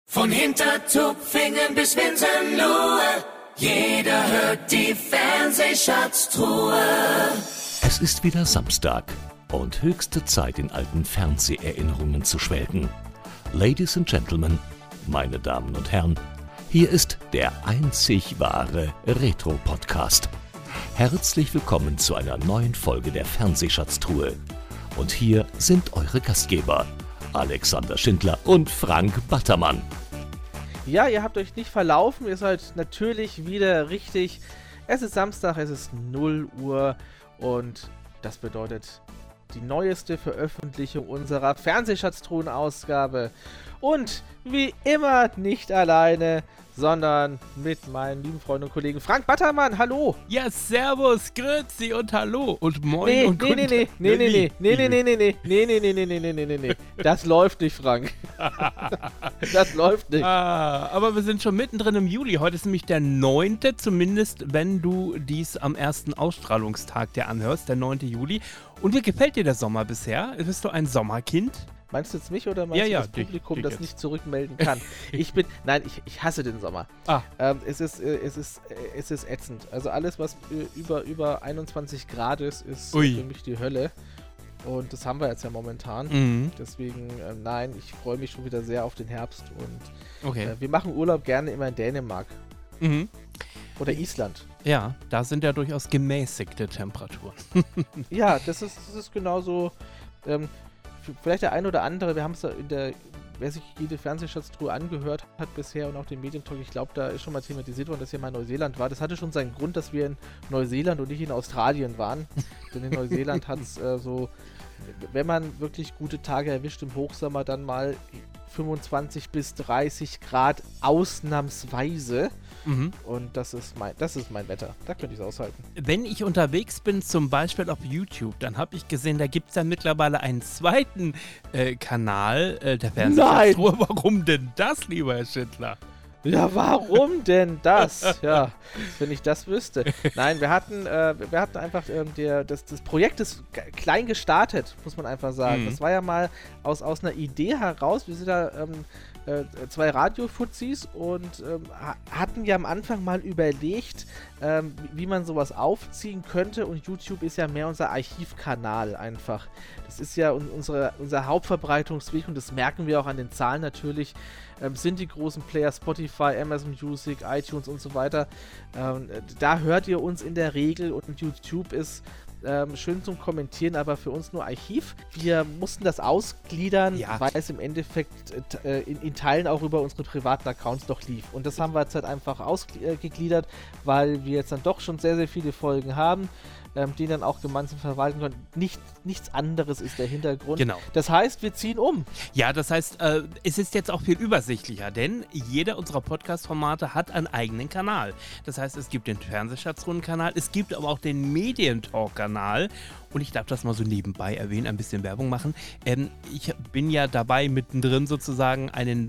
Von Hintertupfingen bis Winsenlohe, jeder hört die Fernsehschatztruhe. Es ist wieder Samstag und höchste Zeit, in alten Fernseherinnerungen zu schwelgen. Ladies and Gentlemen, meine Damen und Herren, hier ist der einzig wahre Retro-Podcast. Herzlich willkommen zu einer neuen Folge der Fernsehschatztruhe. Und hier sind eure Gastgeber, Alexander Schindler und Frank Battermann. Ja, ihr habt euch nicht verlaufen, ihr seid natürlich wieder richtig. Es ist Samstag, es ist 0 Uhr und das bedeutet die neueste Veröffentlichung unserer Fernsehschatztruhen-Ausgabe. Und wie immer nicht alleine, sondern mit meinen lieben Freunden und Kollegen Frank Battermann, hallo! Ja, servus, grüezi und hallo und moin und guten Tag. Nee. Das läuft nicht, Frank. Das läuft nicht. Aber wir sind schon mittendrin im Juli. Heute ist nämlich der 9., zumindest wenn du dies am ersten Ausstrahlungstag dir anhörst, der 9. Juli. Und wie gefällt dir der Sommer bisher? Bist du ein Sommerkind? Meinst du jetzt mich oder meinst du das Publikum, das nicht zurückmelden kann? Ich hasse den Sommer. Es ist ätzend. Also alles, was über 21 Grad ist für mich die Hölle. Und das haben wir jetzt ja momentan. Deswegen, nein, ich freue mich schon wieder sehr auf den Herbst. Und wir machen Urlaub gerne immer in Dänemark. Oder Island. Ja, da sind ja durchaus gemäßigte Temperaturen. Ja, das ist genauso. Vielleicht der ein oder andere, wir haben es wer sich jede Fernsehschatztruhe angehört hat bisher und auch den Medientalk, ich glaube, da ist schon mal thematisiert worden, dass hier mal Neuseeland war. Das hatte schon seinen Grund, dass wir in Neuseeland und nicht in Australien waren. Denn in Neuseeland hat es wenn man wirklich gute Tage erwischt im Hochsommer, dann mal 25 bis 30 Grad ausnahmsweise. Und das ist mein Wetter. Da könnte ich es aushalten. Wenn ich unterwegs bin, zum Beispiel auf YouTube, dann habe ich gesehen, da gibt es ja mittlerweile einen zweiten Kanal der Fernsehschatztruhe. Warum denn das, lieber Herr Schindler? Ja, warum denn das? Ja, wenn ich das wüsste. Nein, wir hatten einfach, das Projekt ist klein gestartet, muss man einfach sagen. Das war ja mal aus einer Idee heraus. Wir sind da zwei Radiofuzis und hatten ja am Anfang mal überlegt, wie man sowas aufziehen könnte, und YouTube ist ja mehr unser Archivkanal einfach. Das ist ja unser Hauptverbreitungsweg und das merken wir auch an den Zahlen natürlich. Sind die großen Player Spotify, Amazon Music, iTunes und so weiter. Da hört ihr uns in der Regel, und YouTube ist schön zum Kommentieren, aber für uns nur Archiv. Wir mussten das ausgliedern, weil es im Endeffekt in Teilen auch über unsere privaten Accounts doch lief. Und das haben wir jetzt halt einfach ausgegliedert, weil wir jetzt dann doch schon sehr, sehr viele Folgen haben, die dann auch gemeinsam verwalten können. Nichts anderes ist der Hintergrund. Genau. Das heißt, wir ziehen um. Ja, das heißt, es ist jetzt auch viel übersichtlicher, denn jeder unserer Podcast-Formate hat einen eigenen Kanal. Das heißt, es gibt den Fernsehschatztruhen-Kanal, es gibt aber auch den Medientalk-Kanal. Und ich darf das mal so nebenbei erwähnen, ein bisschen Werbung machen. Ich bin ja dabei, mittendrin sozusagen eine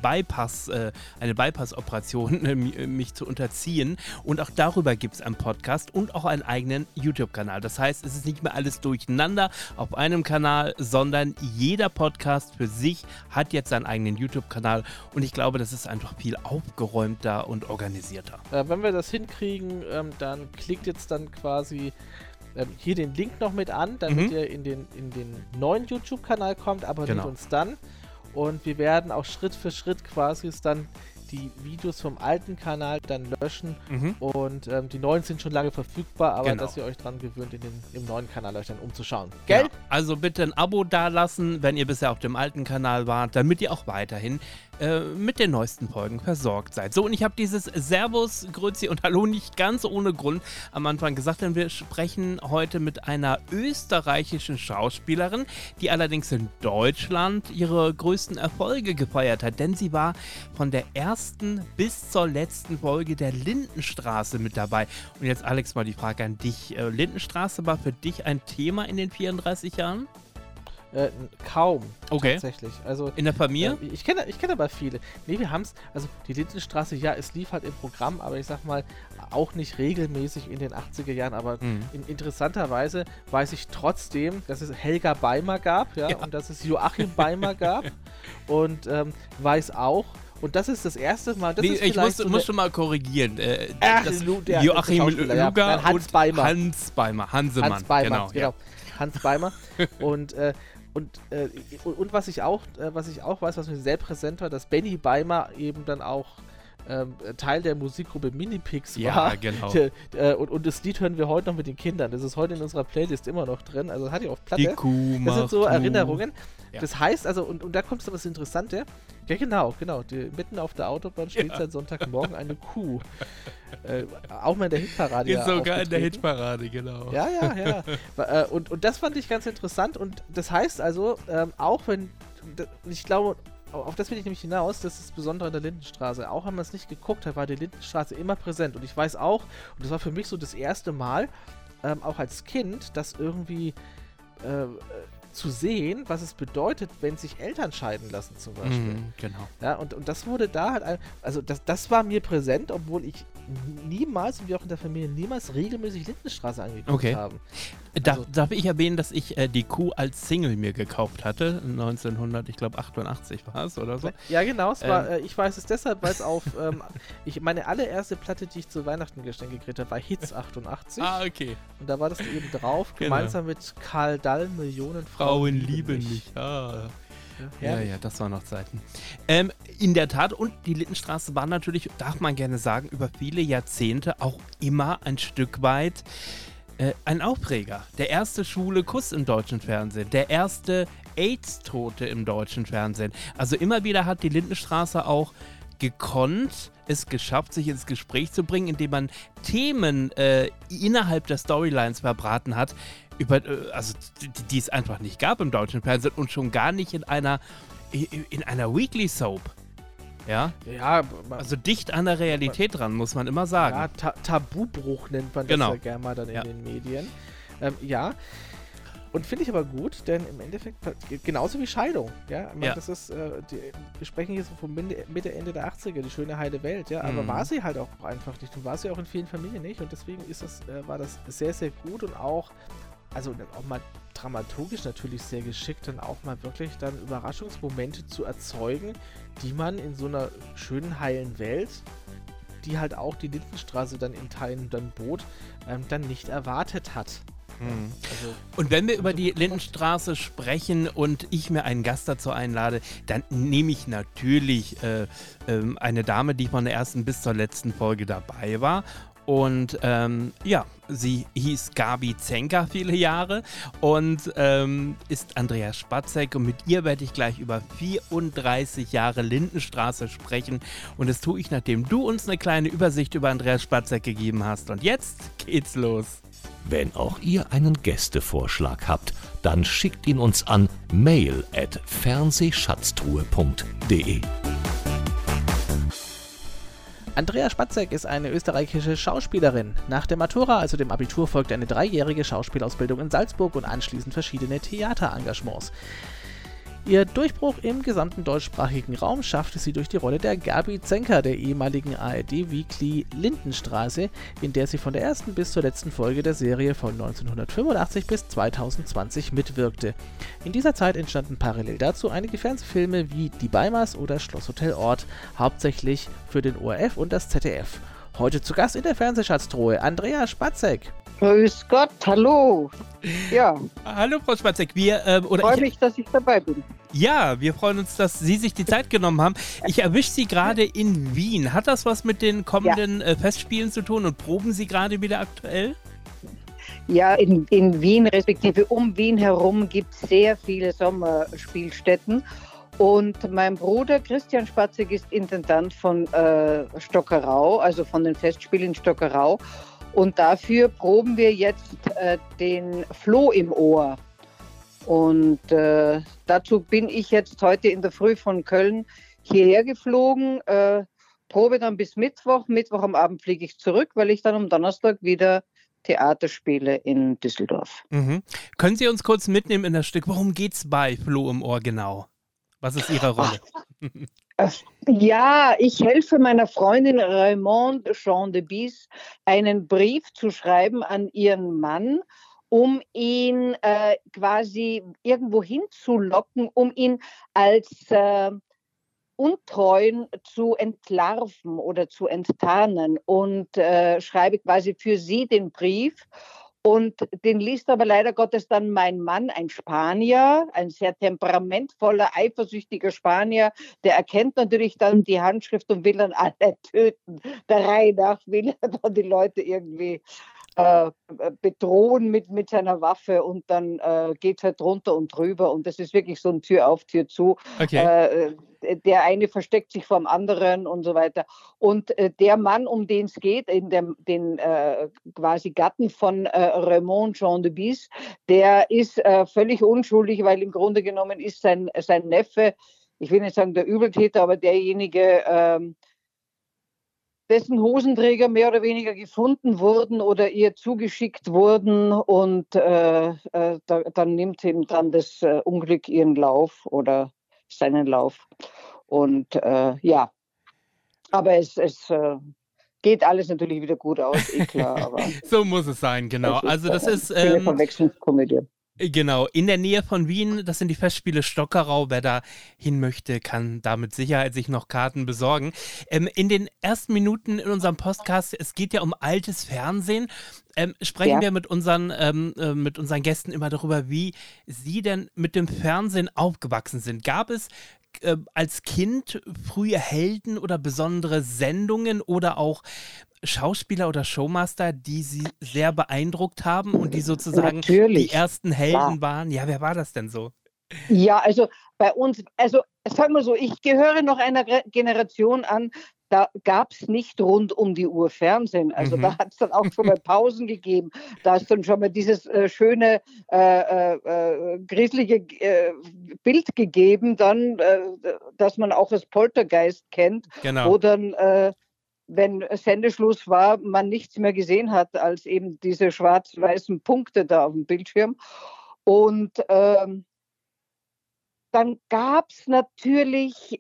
Bypass-Operation mich zu unterziehen. Und auch darüber gibt es einen Podcast und auch einen eigenen YouTube-Kanal. Das heißt, es ist nicht mehr alles durcheinander auf einem Kanal, sondern jeder Podcast für sich hat jetzt seinen eigenen YouTube-Kanal. Und ich glaube, das ist einfach viel aufgeräumter und organisierter. Wenn wir das hinkriegen, dann klickt jetzt dann quasi hier den Link noch mit an, damit ihr in den neuen YouTube-Kanal kommt, abonniert uns dann. Und wir werden auch Schritt für Schritt quasi dann die Videos vom alten Kanal dann löschen. Und die neuen sind schon lange verfügbar, aber dass ihr euch dran gewöhnt, im neuen Kanal euch dann umzuschauen. Gell? Ja, also bitte ein Abo dalassen, wenn ihr bisher auf dem alten Kanal wart, damit ihr auch weiterhin mit den neuesten Folgen versorgt seid. So, und ich habe dieses Servus, Grüezi und Hallo nicht ganz ohne Grund am Anfang gesagt, denn wir sprechen heute mit einer österreichischen Schauspielerin, die allerdings in Deutschland ihre größten Erfolge gefeiert hat, denn sie war von der ersten bis zur letzten Folge der Lindenstraße mit dabei. Und jetzt, Alex, mal die Frage an dich. Lindenstraße war für dich ein Thema in den 34 Jahren? Kaum, tatsächlich. Also, in der Familie? Ich kenne aber viele. Nee, wir haben es, also die Lindenstraße, ja, es lief halt im Programm, aber ich sag mal, auch nicht regelmäßig in den 80er Jahren, aber interessanterweise weiß ich trotzdem, dass es Helga Beimer gab, und dass es Joachim Beimer gab und weiß auch, Und das ist das erste Mal. Das Nee, ist ich vielleicht musste mal korrigieren. der Joachim Schauspieler, ja. Luger Nein, Hans und Beimer. Hans Beimer. Hansemann. Hans Beimer, genau. genau. Ja. Hans Beimer. und was ich auch weiß, was mir sehr präsent war, dass Benny Beimer eben dann auch Teil der Musikgruppe Minipix Ja, war. genau. Und das Lied hören wir heute noch mit den Kindern. Das ist heute in unserer Playlist immer noch drin. Also das hatte ich auf Platte. Die Kuh Das sind so macht Erinnerungen. Ja. Das heißt also, und da kommt so das Interessante. Ja, genau. Mitten auf der Autobahn steht seit Sonntagmorgen eine Kuh. Auch mal in der Hitparade. Ist sogar in der aufgetreten. Hitparade, genau. Ja. Und das fand ich ganz interessant. Und das heißt also, auch wenn, ich glaube, auf das will ich nämlich hinaus, das ist das Besondere an der Lindenstraße. Auch wenn man es nicht geguckt hat, war die Lindenstraße immer präsent. Und ich weiß auch, und das war für mich so das erste Mal, auch als Kind, das irgendwie zu sehen, was es bedeutet, wenn sich Eltern scheiden lassen zum Beispiel. Genau. Ja, und das wurde da halt, also das war mir präsent, obwohl ich niemals, und wir auch in der Familie niemals regelmäßig Lindenstraße angeguckt haben. Darf ich erwähnen, dass ich die Kuh als Single mir gekauft hatte, 1988 war es oder so? Ja, genau, es war, ich weiß es deshalb, weil es auf, meine allererste Platte, die ich zu Weihnachten geschenkt gekriegt habe, war Hits 88. Ah, okay. Und da war das eben drauf, Genau. gemeinsam mit Karl Dall, Millionen Frauen lieben mich. Ah. Ja, das waren noch Zeiten. In der Tat, und die Lindenstraße war natürlich, darf man gerne sagen, über viele Jahrzehnte auch immer ein Stück weit ein Aufreger. Der erste schwule Kuss im deutschen Fernsehen, der erste AIDS-Tote im deutschen Fernsehen. Also immer wieder hat die Lindenstraße auch gekonnt, es geschafft, sich ins Gespräch zu bringen, indem man Themen innerhalb der Storylines verbraten hat, die es einfach nicht gab im deutschen Fernsehen und schon gar nicht in einer Weekly Soap. Ja? Ja, Also dicht an der Realität dran, muss man immer sagen. ja, Tabubruch nennt man das Genau. ja gerne mal dann in Ja. den Medien. Ja. Und finde ich aber gut, denn im Endeffekt genauso wie Scheidung, ja. Ich meine, Ja. das ist, wir sprechen hier so von Mitte, Ende der 80er, die schöne heile Welt, ja. Aber war sie halt auch einfach nicht und war sie auch in vielen Familien nicht und deswegen war das sehr, sehr gut und auch, also auch mal dramaturgisch natürlich sehr geschickt, dann auch mal wirklich dann Überraschungsmomente zu erzeugen, die man in so einer schönen heilen Welt, die halt auch die Lindenstraße dann in Teilen dann bot, dann nicht erwartet hat. Also, Und wenn wir über die Lindenstraße sprechen und ich mir einen Gast dazu einlade, dann nehme ich natürlich eine Dame, die von der ersten bis zur letzten Folge dabei war. Und sie hieß Gabi Zenker viele Jahre und ist Andrea Spatzek. Und mit ihr werde ich gleich über 34 Jahre Lindenstraße sprechen. Und das tue ich, nachdem du uns eine kleine Übersicht über Andrea Spatzek gegeben hast. Und jetzt geht's los. Wenn auch ihr einen Gästevorschlag habt, dann schickt ihn uns an mail@fernsehschatztruhe.de. Andrea Spatzek ist eine österreichische Schauspielerin. Nach der Matura, also dem Abitur, folgte eine 3-jährige Schauspielausbildung in Salzburg und anschließend verschiedene Theaterengagements. Ihr Durchbruch im gesamten deutschsprachigen Raum schaffte sie durch die Rolle der Gabi Zenker, der ehemaligen ARD-Weekly Lindenstraße, in der sie von der ersten bis zur letzten Folge der Serie von 1985 bis 2020 mitwirkte. In dieser Zeit entstanden parallel dazu einige Fernsehfilme wie Die Beimers oder Schlosshotel Ort, hauptsächlich für den ORF und das ZDF. Heute zu Gast in der Fernsehschatztruhe Andrea Spatzek. Grüß Gott, hallo. Ja, Hallo Frau Spatzek, freue mich, dass ich dabei bin. Ja, wir freuen uns, dass Sie sich die Zeit genommen haben. Ich erwische Sie gerade in Wien. Hat das was mit den kommenden Festspielen zu tun und proben Sie gerade wieder aktuell? Ja, in Wien, respektive um Wien herum, gibt es sehr viele Sommerspielstätten. Und mein Bruder Christian Spatzek ist Intendant von Stockerau, also von den Festspielen in Stockerau. Und dafür proben wir jetzt den Floh im Ohr. Und dazu bin ich jetzt heute in der Früh von Köln hierher geflogen. Probe dann bis Mittwoch. Mittwoch am Abend fliege ich zurück, weil ich dann am Donnerstag wieder Theater spiele in Düsseldorf. Mhm. Können Sie uns kurz mitnehmen in das Stück? Worum geht's bei Floh im Ohr genau? Was ist Ihre Rolle? Ja, ich helfe meiner Freundin Raymond Jean de Bis, einen Brief zu schreiben an ihren Mann, um ihn quasi irgendwo hinzulocken, um ihn als Untreuen zu entlarven oder zu enttarnen und schreibe quasi für sie den Brief. Und den liest aber leider Gottes dann mein Mann, ein Spanier, ein sehr temperamentvoller, eifersüchtiger Spanier, der erkennt natürlich dann die Handschrift und will dann alle töten. Der Reihe nach will er dann die Leute irgendwie bedrohen mit seiner Waffe und dann geht es halt drunter und drüber und das ist wirklich so ein Tür auf, Tür zu. Okay. Der eine versteckt sich vom anderen und so weiter. Und der Mann, um den es geht, den quasi Gatten von Raymond Jean de Bis, der ist völlig unschuldig, weil im Grunde genommen ist sein Neffe, ich will nicht sagen der Übeltäter, aber derjenige, dessen Hosenträger mehr oder weniger gefunden wurden oder ihr zugeschickt wurden und dann nimmt eben dann das Unglück ihren Lauf oder seinen Lauf. Und ja, aber es geht alles natürlich wieder gut aus, klar. Aber so muss es sein, genau. Also das ist eine Verwechslungskomödie. Genau, in der Nähe von Wien, das sind die Festspiele Stockerau. Wer da hin möchte, kann da mit Sicherheit sich noch Karten besorgen. In den ersten Minuten in unserem Podcast, es geht ja um altes Fernsehen, sprechen wir mit unseren Gästen immer darüber, wie sie denn mit dem Fernsehen aufgewachsen sind. Gab es als Kind frühe Helden oder besondere Sendungen oder auch Schauspieler oder Showmaster, die Sie sehr beeindruckt haben und die sozusagen die ersten Helden waren? Ja, wer war das denn so? Ja, also bei uns, also sagen wir so, ich gehöre noch einer Generation an, da gab es nicht rund um die Uhr Fernsehen. Also da hat es dann auch schon mal Pausen gegeben. Da ist dann schon mal dieses schöne, grieselige Bild gegeben, dann, dass man auch das Poltergeist kennt, wo dann wenn Sendeschluss war, man nichts mehr gesehen hat, als eben diese schwarz-weißen Punkte da auf dem Bildschirm. Und dann gab es natürlich,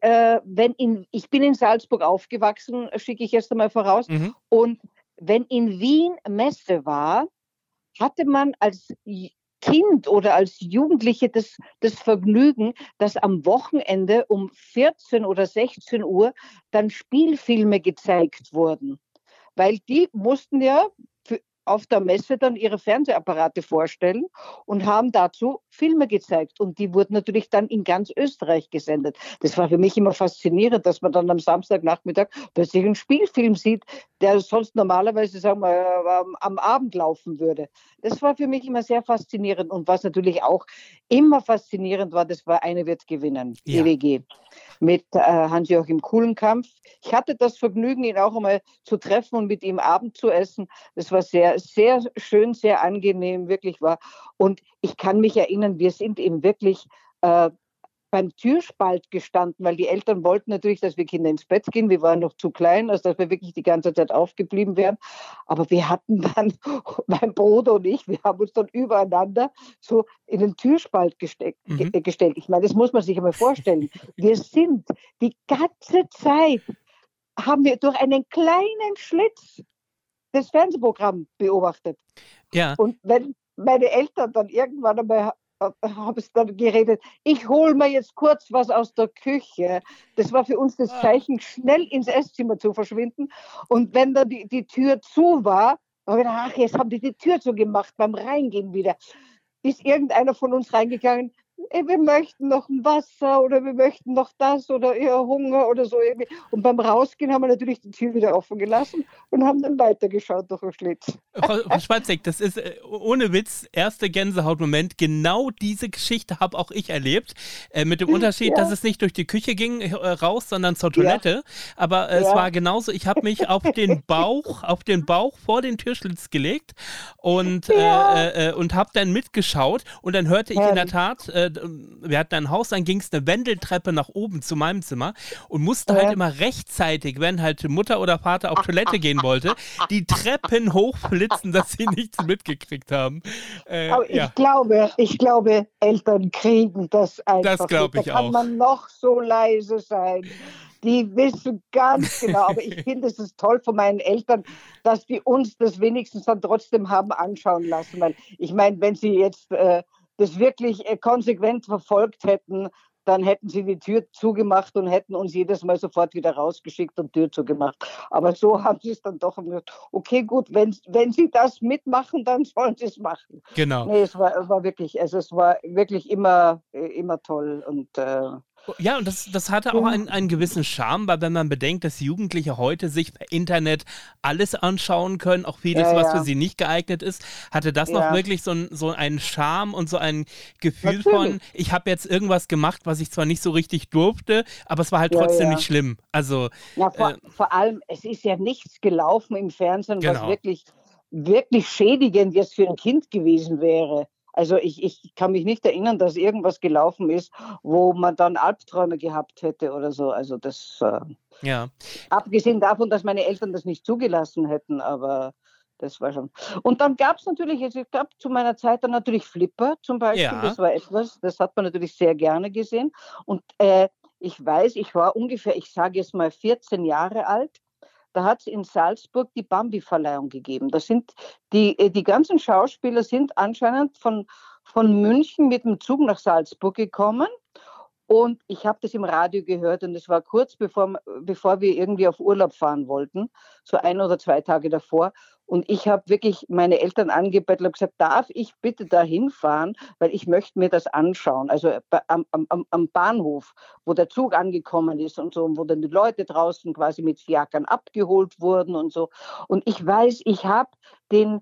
ich bin in Salzburg aufgewachsen, schicke ich erst einmal voraus, und wenn in Wien Messe war, hatte man als Kind oder als Jugendliche das Vergnügen, dass am Wochenende um 14 oder 16 Uhr dann Spielfilme gezeigt wurden. Weil die mussten ja auf der Messe dann ihre Fernsehapparate vorstellen und haben dazu Filme gezeigt. Und die wurden natürlich dann in ganz Österreich gesendet. Das war für mich immer faszinierend, dass man dann am Samstagnachmittag plötzlich einen Spielfilm sieht, der sonst normalerweise, sagen wir, am Abend laufen würde. Das war für mich immer sehr faszinierend. Und was natürlich auch immer faszinierend war, das war Eine wird gewinnen, EWG, mit Hans-Joachim Kulenkampf. Ich hatte das Vergnügen, ihn auch einmal zu treffen und mit ihm Abend zu essen. Das war sehr, sehr schön, sehr angenehm, wirklich war. Und ich kann mich erinnern, wir sind eben wirklich beim Türspalt gestanden, weil die Eltern wollten natürlich, dass wir Kinder ins Bett gehen. Wir waren noch zu klein, als dass wir wirklich die ganze Zeit aufgeblieben wären. Aber wir hatten dann, mein Bruder und ich, wir haben uns dann übereinander so in den Türspalt gestellt. Ich meine, das muss man sich einmal vorstellen. Wir sind die ganze Zeit, haben wir durch einen kleinen Schlitz das Fernsehprogramm beobachtet. Ja. Und wenn meine Eltern dann irgendwann einmal habe es dann geredet, ich hole mir jetzt kurz was aus der Küche. Das war für uns das Zeichen, schnell ins Esszimmer zu verschwinden. Und wenn dann die Tür zu war, habe ich gedacht, ach, jetzt haben die Tür zugemacht beim Reingehen wieder. Ist irgendeiner von uns reingegangen, wir möchten noch ein Wasser oder wir möchten noch das oder eher Hunger oder so irgendwie. Und beim Rausgehen haben wir natürlich die Tür wieder offen gelassen und haben dann weitergeschaut durch den Schlitz. Frau Schwarzek, das ist ohne Witz, erste Gänsehautmoment. Genau diese Geschichte habe auch ich erlebt. Mit dem Unterschied, dass es nicht durch die Küche ging raus, sondern zur Toilette. Aber es war genauso, ich habe mich auf den Bauch vor den Türschlitz gelegt und habe dann mitgeschaut und dann hörte ich in der Tat, wir hatten ein Haus, dann ging es eine Wendeltreppe nach oben zu meinem Zimmer und musste halt immer rechtzeitig, wenn halt Mutter oder Vater auf Toilette gehen wollte, die Treppen hochflitzen, dass sie nichts mitgekriegt haben. Aber ich glaube, Eltern kriegen das einfach. Das glaube ich auch. Da kann man noch so leise sein. Die wissen ganz genau, aber ich finde, es ist toll von meinen Eltern, dass die uns das wenigstens dann trotzdem haben anschauen lassen, weil ich meine, wenn sie jetzt das wirklich konsequent verfolgt hätten, dann hätten sie die Tür zugemacht und hätten uns jedes Mal sofort wieder rausgeschickt und Tür zugemacht. Aber so haben sie es dann doch gesagt, okay, gut, wenn sie das mitmachen, dann sollen sie es machen. Genau. Nee, es war wirklich immer toll und Ja, und das hatte auch einen gewissen Charme, weil wenn man bedenkt, dass Jugendliche heute sich per Internet alles anschauen können, auch vieles, was für sie nicht geeignet ist, hatte das noch wirklich so einen Charme und so ein Gefühl von, ich habe jetzt irgendwas gemacht, was ich zwar nicht so richtig durfte, aber es war halt trotzdem nicht schlimm. Also vor allem, es ist ja nichts gelaufen im Fernsehen, was Genau. wirklich, wirklich schädigend jetzt für ein Kind gewesen wäre. Also ich kann mich nicht erinnern, dass irgendwas gelaufen ist, wo man dann Albträume gehabt hätte oder so. Also das, ja. abgesehen davon, dass meine Eltern das nicht zugelassen hätten, aber das war schon. Und dann gab es natürlich, es gab zu meiner Zeit dann natürlich Flipper zum Beispiel. Ja. Das war etwas, das hat man natürlich sehr gerne gesehen. Und ich weiß, ich war ungefähr, ich sage jetzt mal 14 Jahre alt. Da hat es in Salzburg die Bambi-Verleihung gegeben. Das sind die ganzen Schauspieler sind anscheinend von München mit dem Zug nach Salzburg gekommen. Und ich habe das im Radio gehört und es war kurz bevor wir irgendwie auf Urlaub fahren wollten, so 1 oder 2 Tage davor. Und ich habe wirklich meine Eltern angebettelt und gesagt, darf ich bitte da hinfahren, weil ich möchte mir das anschauen. Also am Bahnhof, wo der Zug angekommen ist und so, und wo dann die Leute draußen quasi mit Fiakern abgeholt wurden und so. Und ich weiß, ich habe den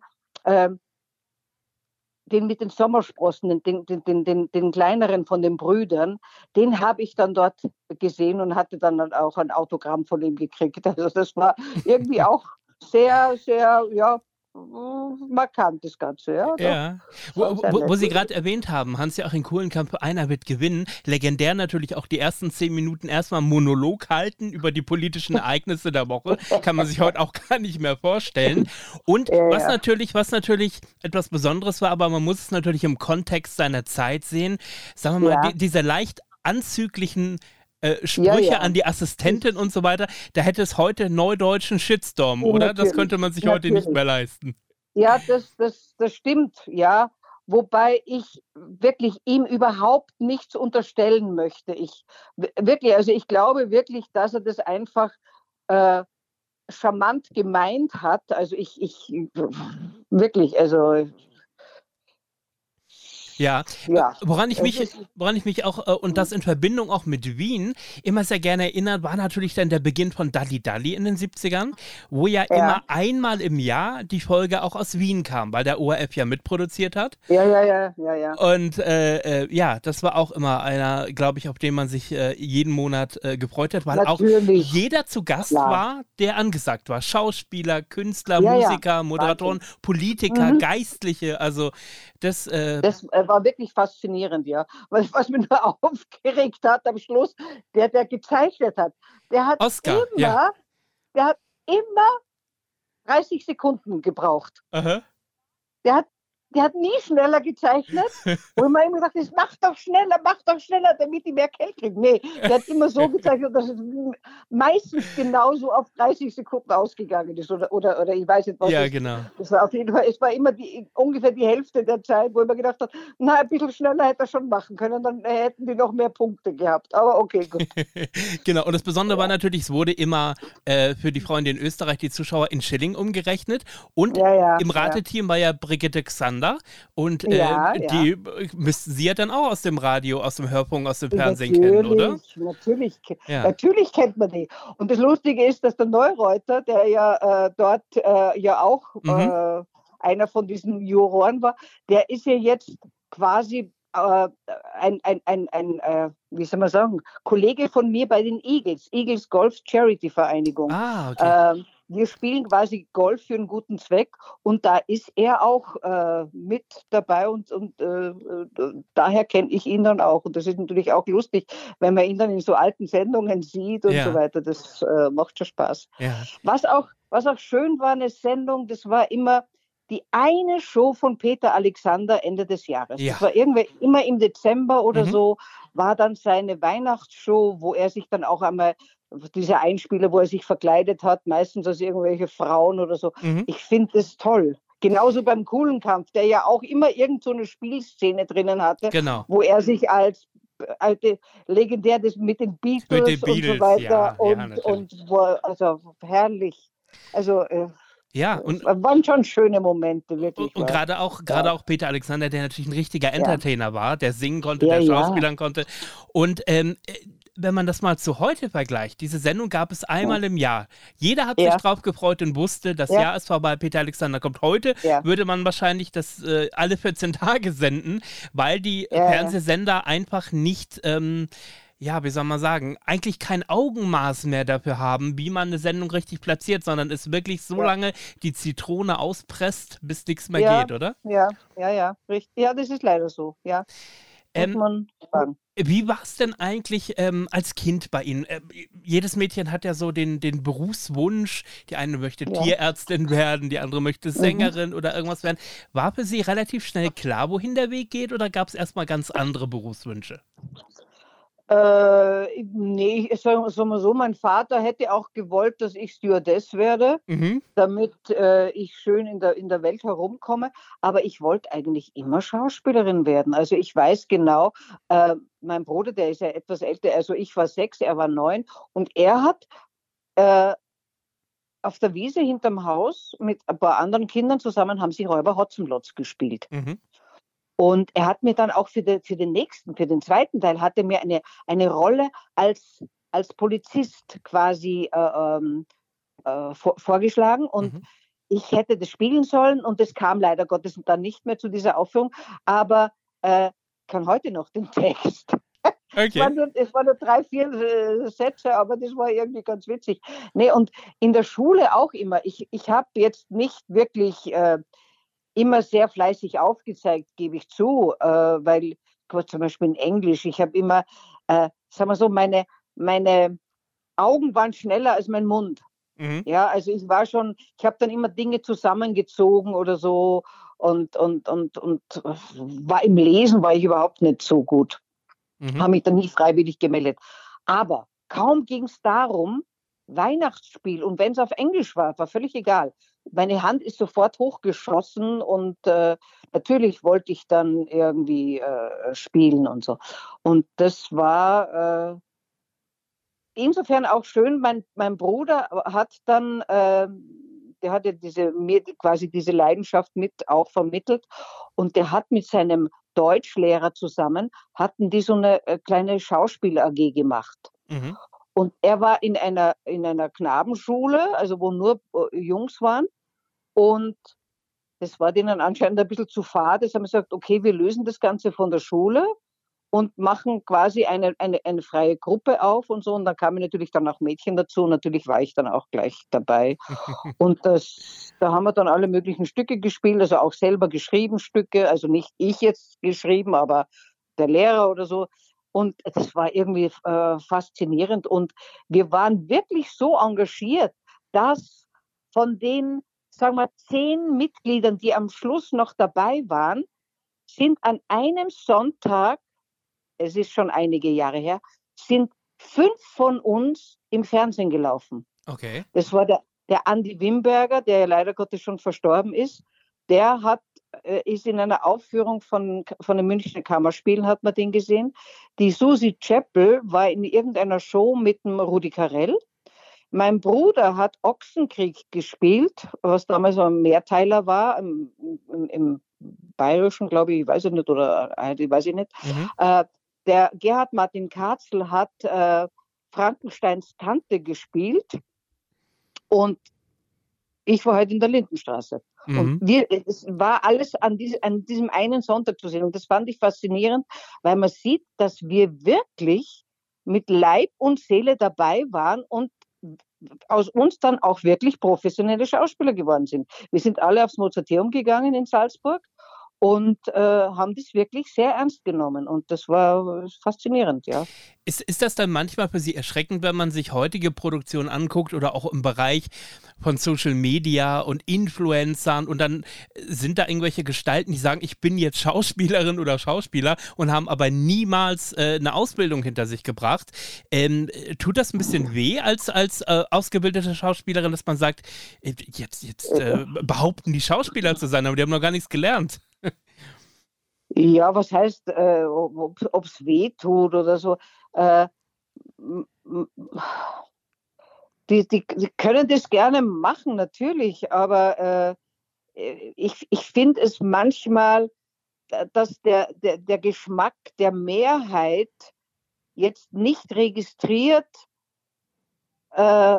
mit den Sommersprossen, den kleineren von den Brüdern, den habe ich dann dort gesehen und hatte dann auch ein Autogramm von ihm gekriegt. Also das war irgendwie auch sehr, sehr, markant, das Ganze. Ja. Wo Sie gerade erwähnt haben, Hans-Joachim Kulenkampff, einer wird gewinnen. Legendär natürlich auch die ersten 10 Minuten erstmal Monolog halten über die politischen Ereignisse der Woche. Kann man sich heute auch gar nicht mehr vorstellen. Und was natürlich etwas Besonderes war, aber man muss es natürlich im Kontext seiner Zeit sehen. Sagen wir mal, diese leicht anzüglichen Sprüche an die Assistentin und so weiter, da hätte es heute neudeutschen Shitstorm, oder? Natürlich, das könnte man sich heute nicht mehr leisten. Ja, das stimmt, ja. Wobei ich wirklich ihm überhaupt nichts unterstellen möchte. Ich glaube wirklich, dass er das einfach charmant gemeint hat. Also wirklich, also Ja, woran ich mich auch, und das in Verbindung auch mit Wien, immer sehr gerne erinnert, war natürlich dann der Beginn von Dalli Dalli in den 70ern, wo ja immer einmal im Jahr die Folge auch aus Wien kam, weil der ORF ja mitproduziert hat. Ja. Und das war auch immer einer, glaube ich, auf den man sich jeden Monat gefreut hat, weil natürlich auch jeder zu Gast war, der angesagt war. Schauspieler, Künstler, Musiker, Moderatoren, Politiker, Geistliche, also das war wirklich faszinierend, ja. Was mich nur aufgeregt hat am Schluss, der gezeichnet hat, der hat Oscar, der hat immer 30 Sekunden gebraucht. Aha. Der hat nie schneller gezeichnet. Wo ich mir immer gedacht habe, mach doch schneller, damit ich mehr Geld kriege. Nee, der hat immer so gezeichnet, dass es meistens genauso auf 30 Sekunden ausgegangen ist. Oder ich weiß nicht, was. Ja, genau. Das war auf jeden Fall, es war immer ungefähr die Hälfte der Zeit, wo ich mir gedacht habe, na, ein bisschen schneller hätte er schon machen können, dann hätten die noch mehr Punkte gehabt. Aber okay, gut. Genau, und das Besondere war natürlich, es wurde immer für die Freunde in Österreich, die Zuschauer, in Schilling umgerechnet. Und im Rateteam war ja Brigitte Xander. Und die müssten Sie ja dann auch aus dem Radio, aus dem Hörfunk, aus dem Fernsehen kennen, oder? Natürlich kennt man die. Und das Lustige ist, dass der Neureuter, der ja dort auch einer von diesen Juroren war, der ist ja jetzt quasi wie soll man sagen, Kollege von mir bei den Eagles Golf Charity Vereinigung. Ah, okay. Wir spielen quasi Golf für einen guten Zweck und da ist er auch mit dabei und daher kenne ich ihn dann auch. Und das ist natürlich auch lustig, wenn man ihn dann in so alten Sendungen sieht und so weiter. Das macht schon Spaß. Ja. Was auch schön war, eine Sendung, das war immer die eine Show von Peter Alexander Ende des Jahres. Ja. Das war immer im Dezember oder so, war dann seine Weihnachtsshow, wo er sich dann auch einmal, dieser Einspieler, wo er sich verkleidet hat, meistens als irgendwelche Frauen oder so. Ich finde das toll. Genauso beim Kulenkampff, der ja auch immer irgend so eine Spielszene drinnen hatte, wo er sich als alte, legendär das mit den Beatles, Mit den Beatles, und so weiter. ja, Und also herrlich. Also Ja, und waren schon schöne Momente, wirklich. Und gerade auch Peter Alexander, der natürlich ein richtiger Entertainer war, der singen konnte, der schauspielern konnte. Und wenn man das mal zu heute vergleicht, diese Sendung gab es einmal im Jahr. Jeder hat sich drauf gefreut und wusste, das Jahr ist vorbei, Peter Alexander kommt. Heute würde man wahrscheinlich das alle 14 Tage senden, weil die Fernsehsender einfach nicht wie soll man sagen, eigentlich kein Augenmaß mehr dafür haben, wie man eine Sendung richtig platziert, sondern es wirklich so lange die Zitrone auspresst, bis nichts mehr geht, oder? Ja, richtig. Ja, das ist leider so, ja. Muss man sagen. Wie war es denn eigentlich als Kind bei Ihnen? Jedes Mädchen hat ja so den Berufswunsch, die eine möchte Tierärztin werden, die andere möchte Sängerin oder irgendwas werden. War für Sie relativ schnell klar, wohin der Weg geht, oder gab es erstmal ganz andere Berufswünsche? Nee, sagen wir mal so, mein Vater hätte auch gewollt, dass ich Stewardess werde, damit ich schön in der Welt herumkomme. Aber ich wollte eigentlich immer Schauspielerin werden. Also ich weiß genau, mein Bruder, der ist ja etwas älter, also ich war 6, er war 9, und er hat auf der Wiese hinterm Haus mit ein paar anderen Kindern zusammen, haben sie Räuber Hotzenplotz gespielt. Und er hat mir dann auch für den zweiten Teil, hatte mir eine Rolle als Polizist quasi vorgeschlagen, und ich hätte das spielen sollen, und das kam leider Gottes dann nicht mehr zu dieser Aufführung, aber kann heute noch den Text. Okay. Es waren nur 3, 4 Sätze, aber das war irgendwie ganz witzig. Nee, und in der Schule auch immer. Ich habe jetzt nicht wirklich immer sehr fleißig aufgezeigt, gebe ich zu, weil zum Beispiel in Englisch, ich habe immer, sagen wir so, meine Augen waren schneller als mein Mund. Ja, also ich habe dann immer Dinge zusammengezogen oder so, und war im Lesen war ich überhaupt nicht so gut. Habe mich dann nicht freiwillig gemeldet. Aber kaum ging es darum, Weihnachtsspiel, und wenn es auf Englisch war völlig egal. Meine Hand ist sofort hochgeschossen, und natürlich wollte ich dann irgendwie spielen und so. Und das war insofern auch schön. Mein Bruder hat dann, der hat ja mir quasi diese Leidenschaft mit auch vermittelt, und der hat mit seinem Deutschlehrer zusammen, hatten die so eine kleine Schauspiel-AG gemacht. Und er war in einer Knabenschule, also wo nur Jungs waren. Und das war denen anscheinend ein bisschen zu fad. Das haben sie gesagt, okay, wir lösen das Ganze von der Schule und machen quasi eine freie Gruppe auf und so. Und dann kamen natürlich dann auch Mädchen dazu. Und natürlich war ich dann auch gleich dabei. Und da haben wir dann alle möglichen Stücke gespielt, also auch selber geschrieben Stücke. Also nicht ich jetzt geschrieben, aber der Lehrer oder so. Und das war irgendwie faszinierend. Und wir waren wirklich so engagiert, dass von den, sagen wir, 10 Mitgliedern, die am Schluss noch dabei waren, sind an einem Sonntag, es ist schon einige Jahre her, sind 5 von uns im Fernsehen gelaufen. Okay. Das war der Andi Wimberger, der ja leider Gottes schon verstorben ist. Der ist in einer Aufführung von den Münchner Kammerspielen, hat man den gesehen. Die Susi Chappell war in irgendeiner Show mit dem Rudi Carrell. Mein Bruder hat Ochsenkrieg gespielt, was damals so ein Mehrteiler war, im Bayerischen, glaube ich, weiß ich nicht, oder weiß ich nicht. Der Gerhard Martin Katzel hat Frankensteins Tante gespielt, und ich war halt in der Lindenstraße. Und es war alles an diesem einen Sonntag zu sehen. Und das fand ich faszinierend, weil man sieht, dass wir wirklich mit Leib und Seele dabei waren und aus uns dann auch wirklich professionelle Schauspieler geworden sind. Wir sind alle aufs Mozarteum gegangen in Salzburg und haben das wirklich sehr ernst genommen. Und das war faszinierend, ja. Ist das dann manchmal für Sie erschreckend, wenn man sich heutige Produktionen anguckt oder auch im Bereich von Social Media und Influencern, und dann sind da irgendwelche Gestalten, die sagen, ich bin jetzt Schauspielerin oder Schauspieler, und haben aber niemals eine Ausbildung hinter sich gebracht. Tut das ein bisschen weh als ausgebildete Schauspielerin, dass man sagt, jetzt behaupten die Schauspieler zu sein, aber die haben noch gar nichts gelernt? Ja, was heißt, ob es weh tut oder so? Äh, m- m- die können das gerne machen, natürlich, aber ich finde es manchmal, dass der Geschmack der Mehrheit jetzt nicht registriert, äh,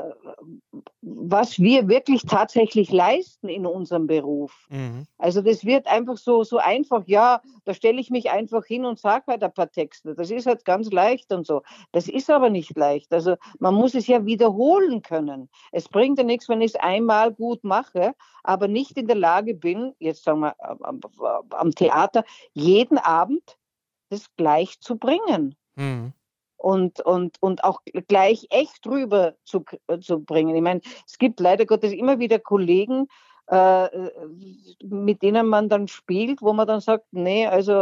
was wir wirklich tatsächlich leisten in unserem Beruf. Mhm. Also das wird einfach so einfach, ja, da stelle ich mich einfach hin und sage halt ein paar Texte. Das ist halt ganz leicht und so. Das ist aber nicht leicht. Also man muss es ja wiederholen können. Es bringt ja nichts, wenn ich es einmal gut mache, aber nicht in der Lage bin, jetzt sagen wir am Theater, jeden Abend das gleich zu bringen. Mhm. Und auch gleich echt rüber zu bringen. Ich meine, es gibt leider Gottes immer wieder Kollegen, äh, mit denen man dann spielt, wo man dann sagt, nee, also